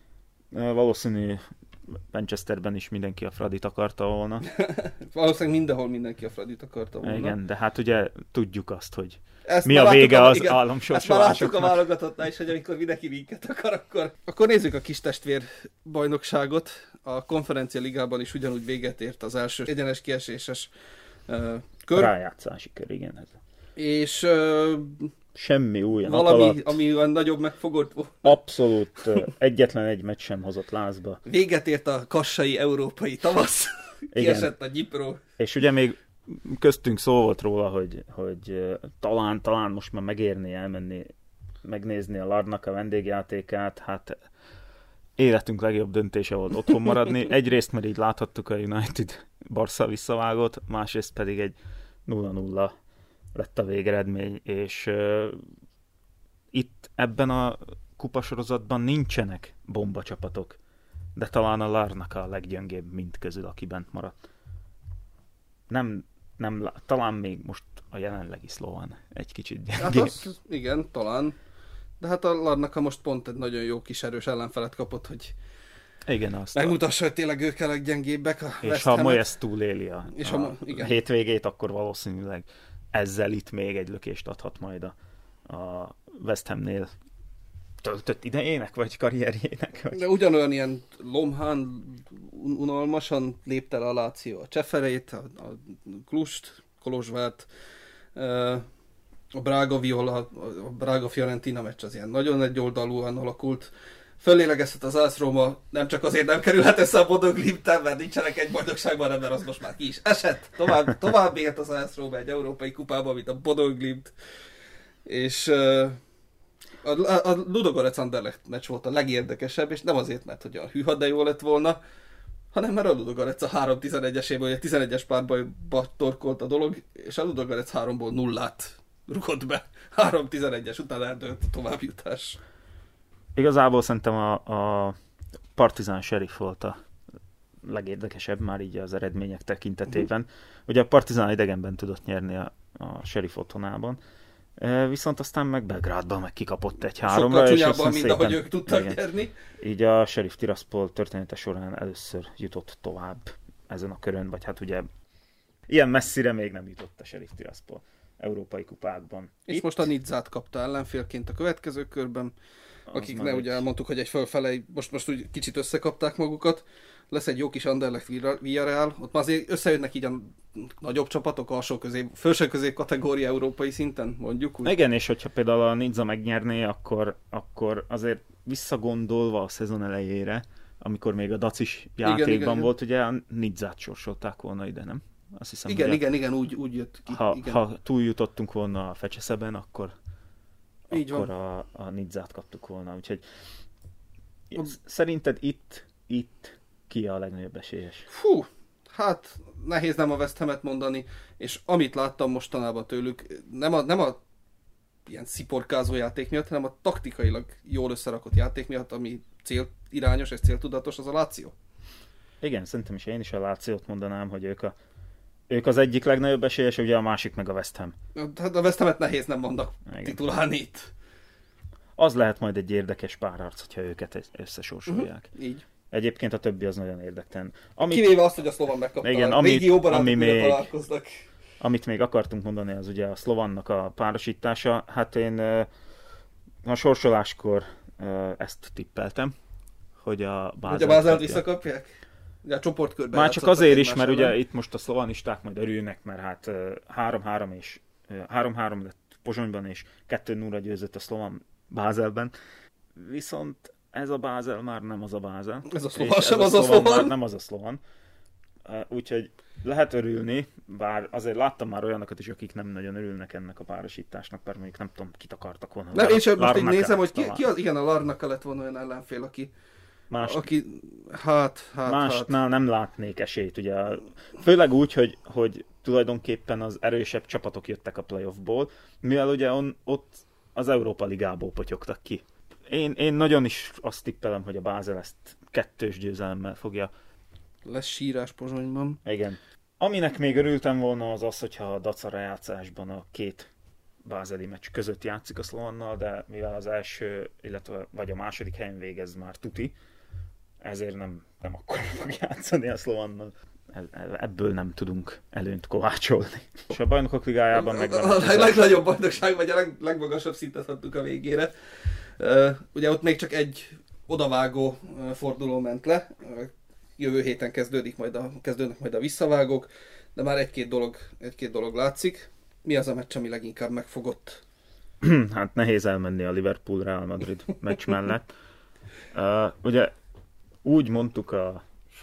Valószínű Manchesterben is mindenki a Fradit akarta volna. Valószínűleg mindenhol mindenki a Fradit akarta volna. Igen, de hát ugye tudjuk azt, hogy ezt mi a vége a, az államsorsolásoknak. Ezt már láttuk a válogatottnál is, hogy amikor mindenki minket akar, akkor... Akkor nézzük a kis testvér bajnokságot. A Konferencia Ligában is ugyanúgy véget ért az első egyenes kieséses uh, kör. Rájátszási kör, igen. Ez. És... Uh, semmi új a valami, alatt. ami olyan nagyobb megfogott volt. Abszolút egyetlen egy meccs sem hozott lázba. Véget ért a kassai európai tavasz. Kiesett a Dnipro. És ugye még köztünk szó volt róla, hogy, hogy talán, talán most már megérni elmenni, megnézni a Larnak a vendégjátékát. Hát életünk legjobb döntése volt otthon maradni. Egyrészt, mert így láthattuk a United Barca visszavágott, másrészt pedig egy nulla nulla lett a végeredmény, és uh, itt ebben a kupasorozatban nincsenek bombacsapatok, de talán a Larnaca a leggyöngébb mind közül, aki bent maradt. Nem, nem, talán még most a jelenlegi Szlovan egy kicsit gyengébb. Hát az, igen, talán. De hát a Larnaca most pont egy nagyon jó kis erős ellenfelet kapott, hogy igen, azt megmutassa, hogy tényleg ők a leggyengébbek. A és ha Moyes túléli a, és a, a, igen. a hétvégét, akkor valószínűleg ezzel itt még egy lökést adhat majd a, a West Hamnél töltött idejének, vagy karrierjének? Vagy... De ugyanolyan ilyen lomhán, unalmasan lépte le a Láció a Cseferét, a, a Klust, Kolozsvárt, a Braga Viola, a Braga Fiorentina meccs az ilyen nagyon egyoldalúan alakult. Föllélegezhet az á es Róma, nem csak azért nem kerülhet össze a Bodø Glimt-tel, mert nincsenek egy bajnokságban, mert az most már ki is esett. Tovább, tovább élt az á es Róma egy európai kupában, mint a Bodø Glimt. És uh, a, a Ludogorets Anderlecht meccs volt a legérdekesebb, és nem azért, mert hogy a hűha de jó lett volna, hanem mert a Ludogorets a három tizenegyeséből, vagy a tizenegyes párbajba torkolt a dolog, és a Ludogorets háromból nullát rúgott be. három tizenegyes után eldőlt a továbbjutás. Igazából szerintem a, a Partizán Sheriff volt a legérdekesebb már így az eredmények tekintetében. Uh-huh. Ugye a Partizán idegenben tudott nyerni a, a Sheriff otthonában, e, viszont aztán meg Belgrádban meg kikapott egy háromra. Sokkal csúnyábban, mint ahogy ők tudtak igen, nyerni. Így a Sheriff Tiraspol története során először jutott tovább ezen a körön, vagy hát ugye ilyen messzire még nem jutott a Sheriff Tiraspol európai kupákban. És Itt... most a Nizzát kapta ellenfélként a következő körben, akik ne ugye elmondtuk, hogy egy fölfele, most, most úgy kicsit összekapták magukat. Lesz egy jó kis Anderlecht Villarreal, ott már azért összejönnek így a nagyobb csapatok, alsó közép, felső közép kategória európai szinten, mondjuk úgy. Igen, és hogyha például a Nizza megnyerné, akkor, akkor azért visszagondolva a szezon elejére, amikor még a dacis játékban igen, igen, volt, ugye a Nizzát sorsolták volna ide, nem? Azt hiszem, igen, igen, igen, úgy, úgy jött ki. Ha, igen. ha túljutottunk volna a Fecseszeben, akkor, így akkor van. a, a Nizzát kaptuk volna. Úgyhogy a... szerinted itt, itt ki a legnagyobb esélyes? Fú, hát nehéz nem a West Hamet mondani, és amit láttam mostanában tőlük, nem a, nem a ilyen sziporkázó játék miatt, hanem a taktikailag jól összerakott játék miatt, ami célirányos és céltudatos, az a Lazio. Igen, szerintem is én is a Lációt mondanám, hogy ők, a, ők az egyik legnagyobb esélyes, ugye a másik meg a West Ham. Hát a West Hamet nehéz nem vannak titulálni itt. Az lehet majd egy érdekes párharc, hogyha őket összesorsolják. Uh-huh, így. Egyébként a többi az nagyon érdektelen. Amit... Kivéve azt, hogy a Szlovan megkapta. Igen, a amit, régi jó barátok ami még, találkoznak. Amit még akartunk mondani, az ugye a Szlovannak a párosítása. Hát én a sorsoláskor ezt tippeltem, hogy a Bázelt, hogy a Bázelt visszakapják? Ja, a csoportkörben már csak azért is, mert ugye itt most a szlovanisták majd örülnek, mert hát három-három és három-három lett Pozsonyban, és kettő nulla győzött a szlovan Bázelben. Viszont ez a Bázel már nem az a Bázel. Ez a szlovan sem az a szlovan. Nem az a szlovan. Úgyhogy lehet örülni, bár azért láttam már olyanokat is, akik nem nagyon örülnek ennek a párosításnak, mert mondjuk nem tudom, kit akartak volna. Nem, én sem most így nézem, hogy ki, ki az, igen, a Larnaka lett volna olyan ellenfél, aki Mást, aki, hát, hát, másnál hát. nem látnék esélyt, ugye. Főleg úgy, hogy, hogy tulajdonképpen az erősebb csapatok jöttek a playoffból, mivel ugye on, ott az Európa Ligából potyogtak ki. Én, én nagyon is azt tippelem, hogy a Bázel ezt kettős győzelemmel fogja. Lesz sírás Pozsonyban. Igen. Aminek még örültem volna az az, hogyha a Daca rájátszásban a két bázeli meccs között játszik a Szlovannal, de mivel az első, illetve vagy a második helyen végez már tuti, ezért nem, nem akkor fog játszani a Szlovannal. Ebből nem tudunk előnyt kovácsolni. És a Bajnokok Ligájában meg a, a, a legnagyobb bajnokság, vagy a leg, legmagasabb szintet adtuk a végére. Uh, ugye ott még csak egy odavágó uh, forduló ment le. Uh, jövő héten kezdődik majd a, kezdődnek majd a visszavágók, de már egy-két dolog, egy-két dolog látszik. Mi az a meccs, ami leginkább megfogott? Hát nehéz elmenni a Liverpool-Real Madrid meccs mellett. Uh, ugye úgy mondtuk a,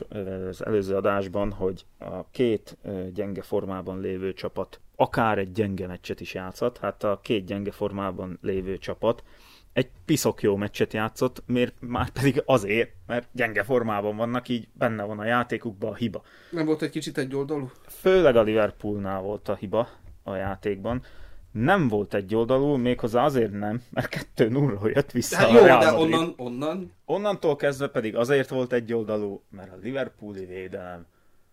az előző adásban, hogy a két gyenge formában lévő csapat akár egy gyenge meccset is játszhat. Hát a két gyenge formában lévő csapat egy piszok jó meccset játszott, miért már pedig azért, mert gyenge formában vannak, így benne van a játékukban a hiba. Nem volt egy kicsit egyoldalú? Főleg a Liverpoolnál volt a hiba a játékban. Nem volt egyoldalú, méghozzá azért nem, mert kettő nulla jött vissza hát a jó, Real de Madrid. onnan, onnan... Onnantól kezdve pedig azért volt egyoldalú, mert a Liverpooli védelem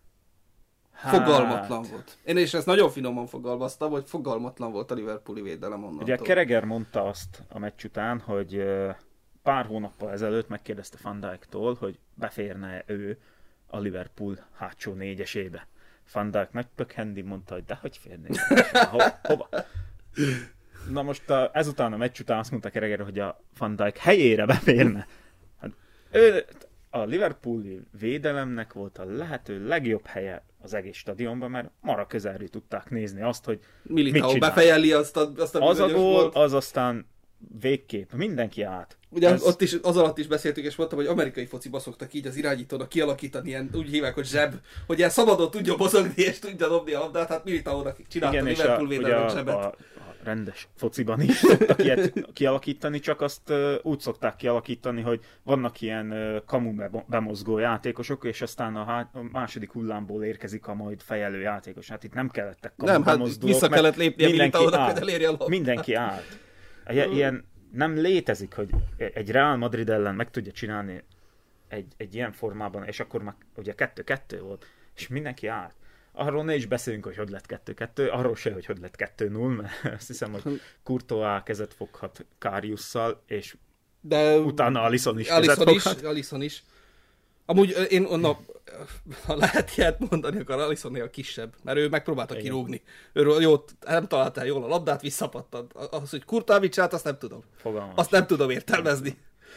hát... fogalmatlan volt. Én is ezt nagyon finoman fogalmaztam, hogy fogalmatlan volt a Liverpooli védelem onnantól. Ugye Kereger mondta azt a meccs után, hogy pár hónappal ezelőtt megkérdezte Van Dijktól, hogy beférne ő a Liverpool hátsó négyesébe. Van Dijk nagy pökhendi mondta, hogy dehogy férnék. Ho- hova? Na most a, ezután a meccs után azt mondta Kereger, hogy a Van Dijk helyére beférne. Hát, ő, a Liverpooli védelemnek volt a lehető legjobb helye az egész stadionban, mert marha közelről tudták nézni azt, hogy Militao befejeli azt a, azt a az a gól, volt. Az aztán végképp mindenki át. Ugye ez... ott is, az alatt is beszéltük, és mondtam, hogy amerikai fociba szoktak így az irányítónak kialakítani, ilyen, úgy hívják, hogy zseb, hogy ilyen szabadon tudja mozogni, és tudja dobni a labdát, hát Militaónak csinálta a Liverpool védelmet zsebet. A, a rendes fociban is szoktak ilyet kialakítani, csak azt uh, úgy szokták kialakítani, hogy vannak ilyen uh, kamu bemozgó játékosok, és aztán a, há- a második hullámból érkezik a majd fejelő játékos. Hát itt nem kellettek kamu nem, bemozdulók, hát vissza kellett lépni a Militaónak, hogy elérje a labdát. Mindenki állt. Ilyen nem létezik, hogy egy Real Madrid ellen meg tudja csinálni egy, egy ilyen formában, és akkor már ugye kettő-kettő volt, és mindenki állt. Arról ne is beszélünk, hogy hogy lett kettő-kettő, arról se, hogy hogy lett kettő null, mert azt hiszem, hogy Courtois kezet foghat Kariusszal, és de utána Alisson is kezet Alisson foghat. Is, Alisson is. Amúgy én onnan, ha lehet ilyet mondani, akkor Alissonnél kisebb, mert ő megpróbálta igen. kirúgni. Őről jót, nem találtál jól a labdát, visszapattant. Az, hogy Courtois mit csinált, azt nem tudom. Fogalmas. Azt nem tudom értelmezni.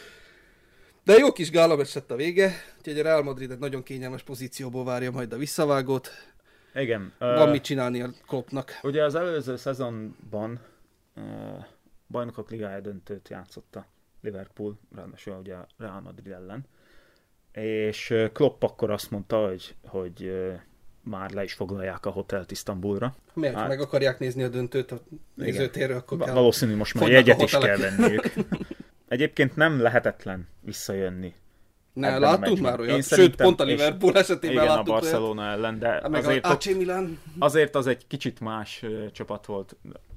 De jó kis gálameccs lett a vége, úgyhogy a Real Madrid egy nagyon kényelmes pozícióból várja majd a visszavágót. Igen. Van uh, mit csinálni a Kloppnak. Ugye az előző szezonban uh, Bajnokok Ligája döntőt játszott a Liverpool, ráadásul ugye a Real Madrid ellen. És Klopp akkor azt mondta, hogy, hogy uh, már le is foglalják a hotelt Isztambulra. Miért? Hát, meg akarják nézni a döntőt a nézőtérről, akkor kell. Valószínű most már jegyet is kell venniük. Egyébként nem lehetetlen visszajönni. Ne, láttunk már olyan. Sőt, pont a Liverpool esetében igen, láttuk a Barcelona olyan. Ellen, de azért, á cé Milan. azért az egy kicsit más uh, csapat volt.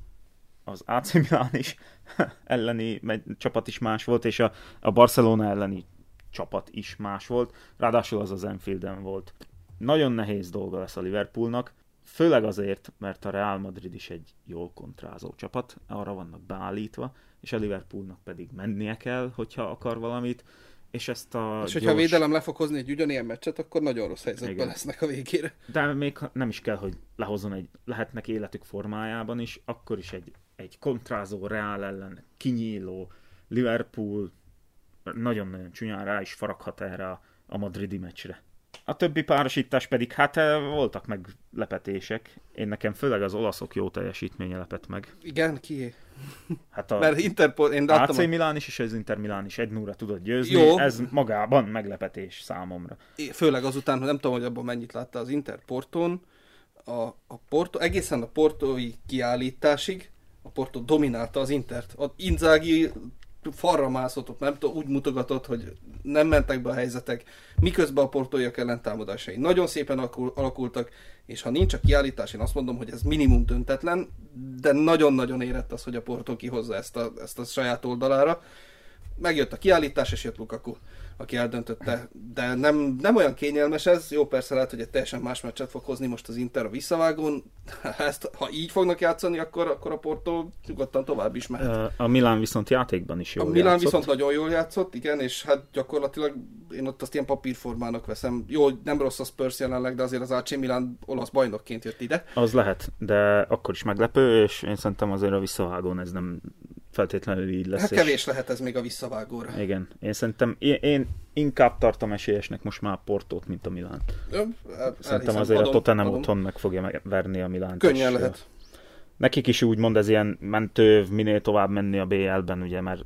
Az á cé Milan is elleni csapat is más volt, és a, a Barcelona elleni csapat is más volt. Ráadásul az az Anfielden volt. Nagyon nehéz dolga lesz a Liverpoolnak, főleg azért, mert a Real Madrid is egy jól kontrázó csapat, arra vannak beállítva, és a Liverpoolnak pedig mennie kell, hogyha akar valamit, és ezt a És gyors... hogyha a védelem le fog hozni egy ugyanilyen meccset, akkor nagyon rossz helyzetben igen. lesznek a végére. De még nem is kell, hogy lehozzon egy, lehetnek életük formájában is, akkor is egy, egy kontrázó Real ellen kinyíló Liverpool nagyon-nagyon csúnyán rá is faraghat erre a, a madridi meccsre. A többi párosítás pedig, hát voltak meglepetések. Én nekem főleg az olaszok jó teljesítménye lepett meg. Igen, kié? Hát a Mert Interpol, én láttam á cé a... Milán is, és az Inter Milán is egy nullra tudott győzni. Jó. Ez magában meglepetés számomra. Főleg azután, hogy nem tudom, hogy abban mennyit látta az Inter Portón. A, a Porto, egészen a portói kiállításig a Porto dominálta az Intert. A Inzaghi falra mászott, nem tudom, úgy mutogatott, hogy nem mentek be a helyzetek, miközben a portóiak ellentámadásai nagyon szépen alakultak, és ha nincs a kiállítás, én azt mondom, hogy ez minimum döntetlen, de nagyon-nagyon érett az, hogy a Porto kihozza ezt a, ezt a saját oldalára. Megjött a kiállítás, és jött Lukaku, aki eldöntötte, de nem, nem olyan kényelmes ez. Jó, persze lehet, hogy egy teljesen más meccset fog hozni most az Inter a visszavágón. Ezt, ha így fognak játszani, akkor, akkor a Porto nyugodtan tovább is mehet. A Milán viszont játékban is jól A Milán játszott. viszont nagyon jól játszott, igen, és hát gyakorlatilag én ott azt ilyen papírformának veszem. Jó, nem rossz a Spurs jelenleg, de azért az á cé Milán olasz bajnokként jött ide. Az lehet, de akkor is meglepő, és én szerintem azért a visszavágón ez nem feltétlenül így lesz. Hát kevés lehet ez még a visszavágóra. Igen, én szerintem, én, én inkább tartom esélyesnek most már a Portót, mint a Milánt. Szerintem azért adom, a Tottenham adom. Otthon meg fogja verni a Milánt. Könnyen lehet. Nekik is úgy mond ez ilyen mentő, minél tovább menni a bé el-ben, ugye, mert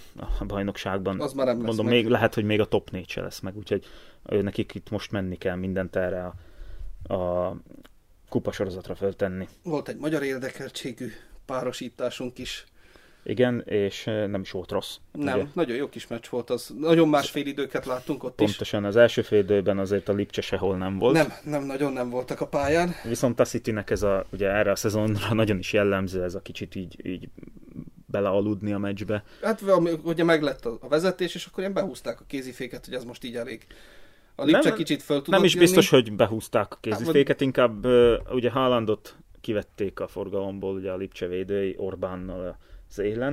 a bajnokságban az már nem mondom, még, lehet, hogy még a top négy se lesz meg, úgyhogy nekik itt most menni kell mindent erre a, a kupasorozatra föltenni. Volt egy magyar érdekeltségű párosításunk is. Igen, és nem is volt rossz. Nem, ugye? Nagyon jó kis meccs volt az. Nagyon más félidőket láttunk ott Pontosan, is. Pontosan, az első félidőben azért a Lipcse sehol nem volt. Nem, nem, nagyon nem voltak a pályán. Viszont a Citynek ez a, ugye erre a szezonra nagyon is jellemző, ez a kicsit így, így belealudni a meccsbe. Hát ugye meglett a vezetés, és akkor ilyen behúzták a kéziféket, hogy ez most így elég. A Lipcse nem, kicsit föl tudott Nem is jönni. biztos, hogy behúzták a kéziféket, hát, inkább ugye Haalandot kivették a forgalomból, ugye a Lipcse védői Orbánnal az élen.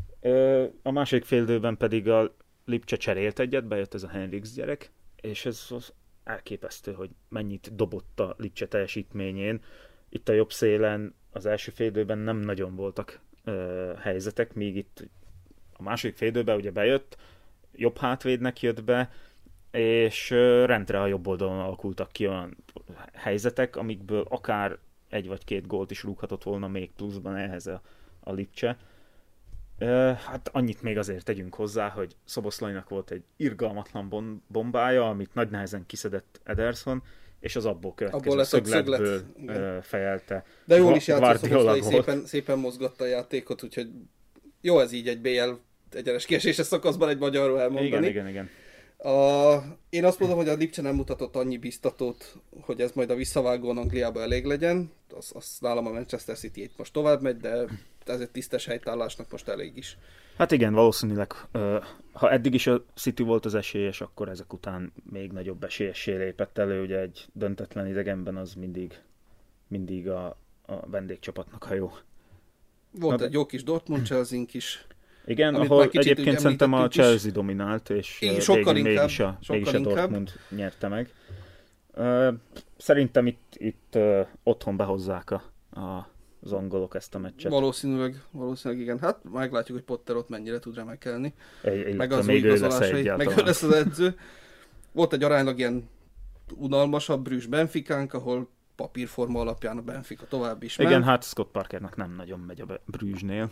A másik félidőben pedig a Lipcse cserélt egyet, bejött ez a Henriks gyerek, és ez az elképesztő, hogy mennyit dobott a Lipcse teljesítményén. Itt a jobb szélen az első fél időben nem nagyon voltak ö, helyzetek, míg itt a második fél időben ugye bejött, jobb hátvédnek jött be, és ö, rendre a jobb oldalon alakultak ki olyan helyzetek, amikből akár egy vagy két gólt is rúghatott volna még pluszban ehhez a, a Lipcse. Uh, hát annyit még azért tegyünk hozzá, hogy Szoboszlainak volt egy irgalmatlan bombája, amit nagy nehezen kiszedett Ederson, és az abból következő abból szögletből szöglet, fejelte. De jól is játszott Szoboszlai, szépen, szépen mozgatta a játékot, úgyhogy jó ez így egy bé el egyenes kieséses szakaszban egy magyarról elmondani. Igen, igen, igen. A, én azt mondom, hogy a Lipcse nem mutatott annyi biztatót, hogy ez majd a visszavágón Angliába elég legyen. Az, az nálam a Manchester City itt most tovább megy, de ez egy tisztes helytállásnak most elég is. Hát igen, valószínűleg, ha eddig is a City volt az esélyes, akkor ezek után még nagyobb esélyessé lépett elő. Ugye egy döntetlen idegenben az mindig, mindig a, a vendégcsapatnak a jó. Volt Na, egy jó kis Dortmund-Chelsea-nk is. Igen, ahol egyébként szerintem a Chelsea dominált, és igen, sokkal végül inkább, mégis a, sokkal mégis a inkább. Dortmund nyerte meg. Uh, szerintem itt, itt uh, otthon behozzák a, a, az angolok ezt a meccset. Valószínűleg, valószínűleg igen. Hát meglátjuk, hogy Potter ott mennyire tud remekelni. Egy, meg az még új ő lesz egyáltalán. meg ő lesz az edző. Volt egy aránylag ilyen unalmasabb Brügge Benficánk, ahol papírforma alapján a Benfica tovább is igen, ment. hát Scott Parkernek nem nagyon megy a Brügge-nél.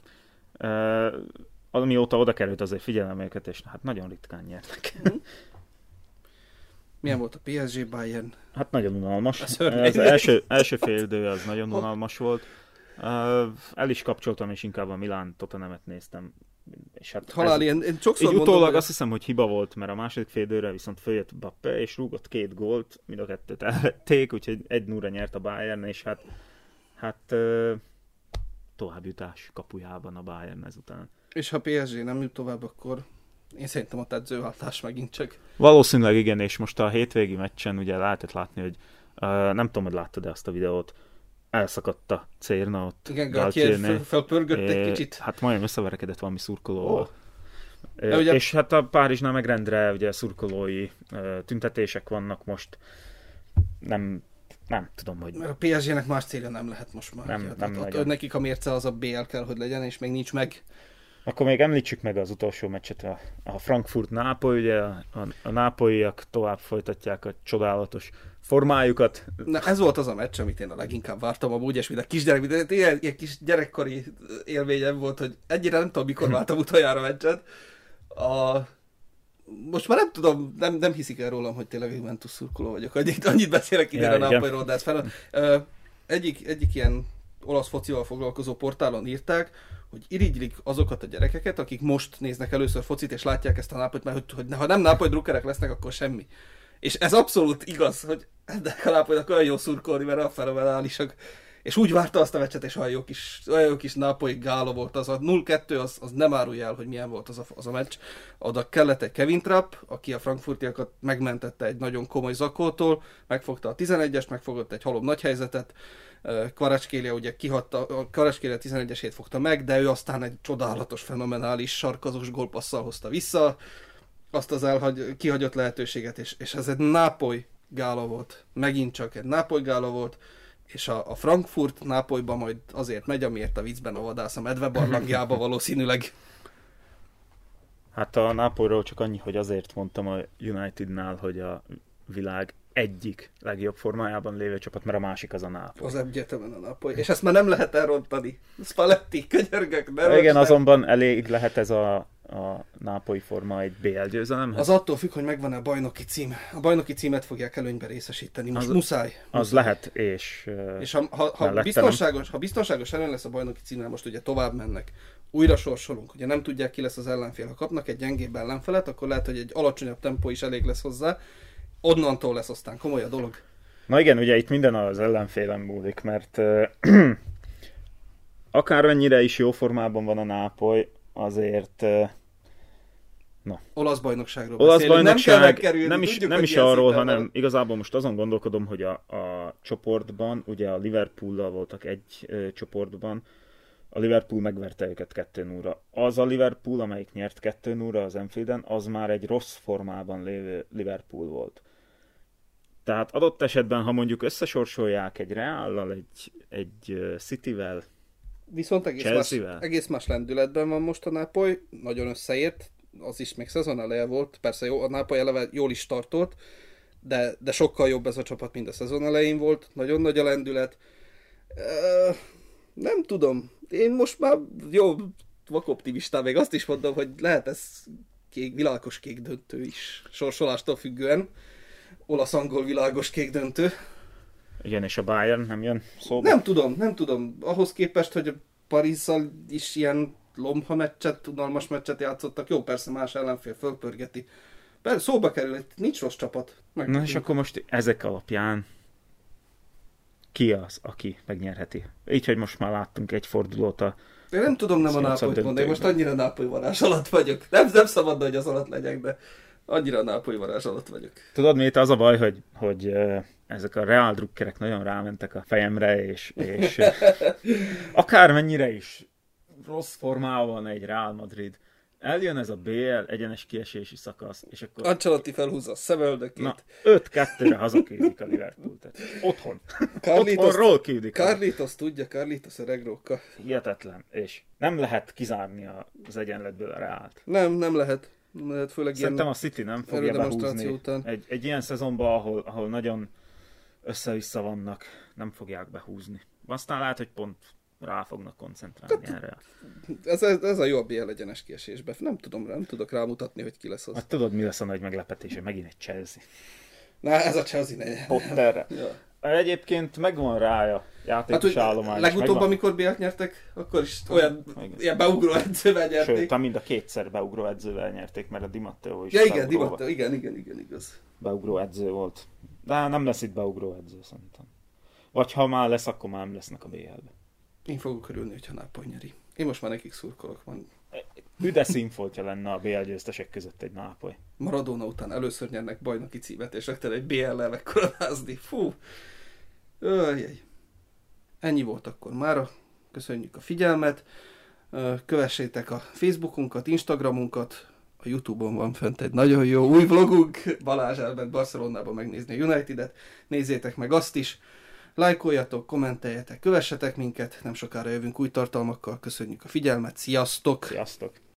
Uh, amióta oda került, azért figyelem őket, és hát nagyon ritkán nyertek. Mm. Milyen volt a pé es gé Bayern? Hát nagyon unalmas. Az első, első fél idő az nagyon unalmas volt. Uh, el is kapcsoltam, és inkább a Milán Tottenhamet néztem. És hát halál, ilyen, én sokszor így mondom, utólag hogy... azt hiszem, hogy hiba volt, mert a második fél időre viszont följött Bappe, és rúgott két gólt, mind a kettőt elvették, úgyhogy egy nulla nyert a Bayern, és hát, hát uh, továbbjutás kapujában a Bayern ezután. És ha pé es gé nem jut tovább, akkor én szerintem a edzőváltás megint csak. Valószínűleg igen, és most a hétvégi meccsen ugye lehetett látni, hogy uh, nem tudom, hogy láttad-e azt a videót, elszakadt a cérna ott. Igen, Galtier felpörgött egy kicsit. Hát majdnem összeverekedett valami szurkolóval. Oh. E, ugye... És hát a Párizsnál meg rendre ugye szurkolói uh, tüntetések vannak most. Nem, nem tudom, hogy... Mert a pé es gének más célja nem lehet most már. Nem, hát, nem ott, ott, nekik a mérce az a bé el kell, hogy legyen, és még nincs meg. Akkor még említsük meg az utolsó meccset, a, a Frankfurt-Nápoly, ugye a, a, a nápolyiak tovább folytatják a csodálatos formájukat. Na, ez volt az a meccs, amit én a leginkább vártam amúgy, és mint a kisgyerek, mint ilyen, ilyen kis gyerekkori élményem volt, hogy ennyire nem tudom, mikor vártam utoljára meccset. A... Most már nem tudom, nem, nem hiszik el rólam, hogy tényleg Juventus szurkoló vagyok. Annyit, annyit beszélek ide ja, a Nápolyról, de ez fel. Uh, egyik, egyik ilyen olasz focival foglalkozó portálon írták, hogy irigylik azokat a gyerekeket, akik most néznek először focit, és látják ezt a Nápolyt, mert hogy, hogy ha nem Nápoly drukkerek lesznek, akkor semmi. És ez abszolút igaz, hogy ennek a Nápolynak olyan jó szurkolni, mert a fenomenálisak. És úgy várta azt a meccset, és olyan jó kis, olyan jó kis Nápoly gála volt. Az a nulla kettő, az, az nem árulja el, hogy milyen volt az a, az a meccs. Oda kellett egy Kevin Trapp, aki a frankfurtiakat megmentette egy nagyon komoly zakótól, megfogta a tizenegyest, megfogott egy halom nagy helyzetet. Kvaratskhelia ugye kihatta, a Kvaratskhelia tizenegyesét fogta meg, de ő aztán egy csodálatos, fenomenális, sarkazós gólpasszal hozta vissza azt az elhagy, kihagyott lehetőséget, és, és ez egy Nápoly gála volt. Megint csak egy Nápoly gála volt, és a, a Frankfurt Nápolyba majd azért megy, amiért a viccben a vadász a medve barlangjába valószínűleg. Hát a Nápolyról csak annyi, hogy azért mondtam a Unitednál, hogy a világ egyik legjobb formájában lévő csapat, mert a másik az a Nápoly. Az egyetemen a Nápoly. És ezt már nem lehet elrontani. Spalletti, könyörgök, ne igen, nem. azonban elég lehet ez a, a nápolyi forma egy bé el győzelemhez. Az attól függ, hogy megvan a bajnoki cím. A bajnoki címet fogják előnybe részesíteni. Most az, muszáj, muszáj. Az lehet, és... És ha, ha, ha, biztonságos, ha biztonságos előny lesz a bajnoki címmel, most ugye tovább mennek. Újra sorsolunk. Ugye nem tudják, ki lesz az ellenfél. Ha kapnak egy gyengébb ellenfelet, akkor lehet, hogy egy alacsonyabb tempó is elég lesz hozzá. Onnantól lesz aztán komoly a dolog. Na igen, ugye itt minden az ellenfélen múlik, mert uh, akármennyire is jó formában van a Nápoly, azért uh, no. Olasz bajnokságról Olasz beszélünk. bajnokság, nem kell megkerülni. Nem is, Tudjuk, nem is arról, hanem van. Igazából most azon gondolkodom, hogy a, a csoportban, ugye a Liverpoollal voltak egy uh, csoportban, a Liverpool megverte őket kettő nulla. Az a Liverpool, amelyik nyert kettő nulla az Anfielden, az már egy rossz formában lévő Liverpool volt. Tehát adott esetben, ha mondjuk összesorsolják egy Reállal, egy, egy Cityvel, Viszont egész más, egész más lendületben van most a Nápoly, nagyon összeért, az is még szezon eleje volt, persze jó, a Nápoly eleve jól is startolt, de, de sokkal jobb ez a csapat, mint a szezon elején volt, nagyon nagy a lendület. Uh, nem tudom, én most már jó vakoptimistán még azt is mondom, hogy lehet ez kék, világos kék döntő is, sorsolástól függően. Olasz-angol világos kék döntő. Igen, és a Bayern nem jön szóba? Nem tudom, nem tudom. Ahhoz képest, hogy a Parizzal is ilyen lomha meccset, unalmas meccset játszottak, jó, persze más ellenfél fölpörgeti. Persze, szóba kerül, nincs rossz csapat. Na és akkor most ezek alapján ki az, aki megnyerheti? Így, hogy most már láttunk egy fordulót a... Én nem tudom nem a Nápolyt mondani, most annyira Nápoly varázs alatt vagyok. Nem, nem szabadna, hogy az alatt legyek, de annyira Nápoly varázs alatt vagyok. Tudod, miért az a baj, hogy, hogy ezek a Real drukkerek nagyon rámentek a fejemre, és, és akármennyire is rossz formában van egy Real Madrid, eljön ez a bé el egyenes kiesési szakasz, és akkor... Ancelotti felhúzza a szemöldökét. Na, öt kettőre hazaküldik a Liverpool. Tehát otthon. Otthonról küldik. Carlitos tudja, Carlitos a regróka. Hihetetlen. És nem lehet kizárni az egyenletből a Reált. Nem, nem lehet. Nem lehet, főleg Szerintem a City nem fogja behúzni. Egy, egy ilyen szezonban, ahol, ahol nagyon össze-vissza vannak, nem fogják behúzni. Aztán lehet, hogy pont rá fognak koncentrálni hát, erre. Ez, ez a jó a bé el egyenes kiesésbe. Nem tudom, nem tudok rámutatni, hogy ki lesz az. Hát tudod, mi lesz a nagy meglepetés, hogy megint egy Chelsea. Na, ez a Chelsea ne. Potterre. Ja. Egyébként megvan rá a játékos hát, állomány. Legutóbb, megvan... amikor bé el-t nyertek, akkor is olyan ilyen beugró edzővel nyerték. Sőt, mind a kétszer beugró edzővel nyerték, mert a Di Matteo is. Ja igen, Di Matteo, igen, igen, igen, igaz. Beugró edző volt. De nem lesz itt beugró edző, szerintem. Vagy ha már lesz, akkor már nem lesznek a bé el-be. Én fogok örülni, hogyha Nápoly nyeri. Én most már nekik szurkolok. Van. Üde színfoltja lenne a bé el győztesek között egy Nápoly. Maradona után először nyernek bajnoki címet, és rögtön egy bé el-lel megkoronázni. Fú! Öjjej. Ennyi volt akkor mára. Köszönjük a figyelmet. Kövessétek a Facebookunkat, Instagramunkat. A YouTube-on van fent egy nagyon jó új vlogunk. Balázs elment Barcelonában megnézni a United-et. Nézzétek meg azt is. Lájkoljatok, kommenteljetek, kövessetek minket, nem sokára jövünk új tartalmakkal, köszönjük a figyelmet, sziasztok! Sziasztok!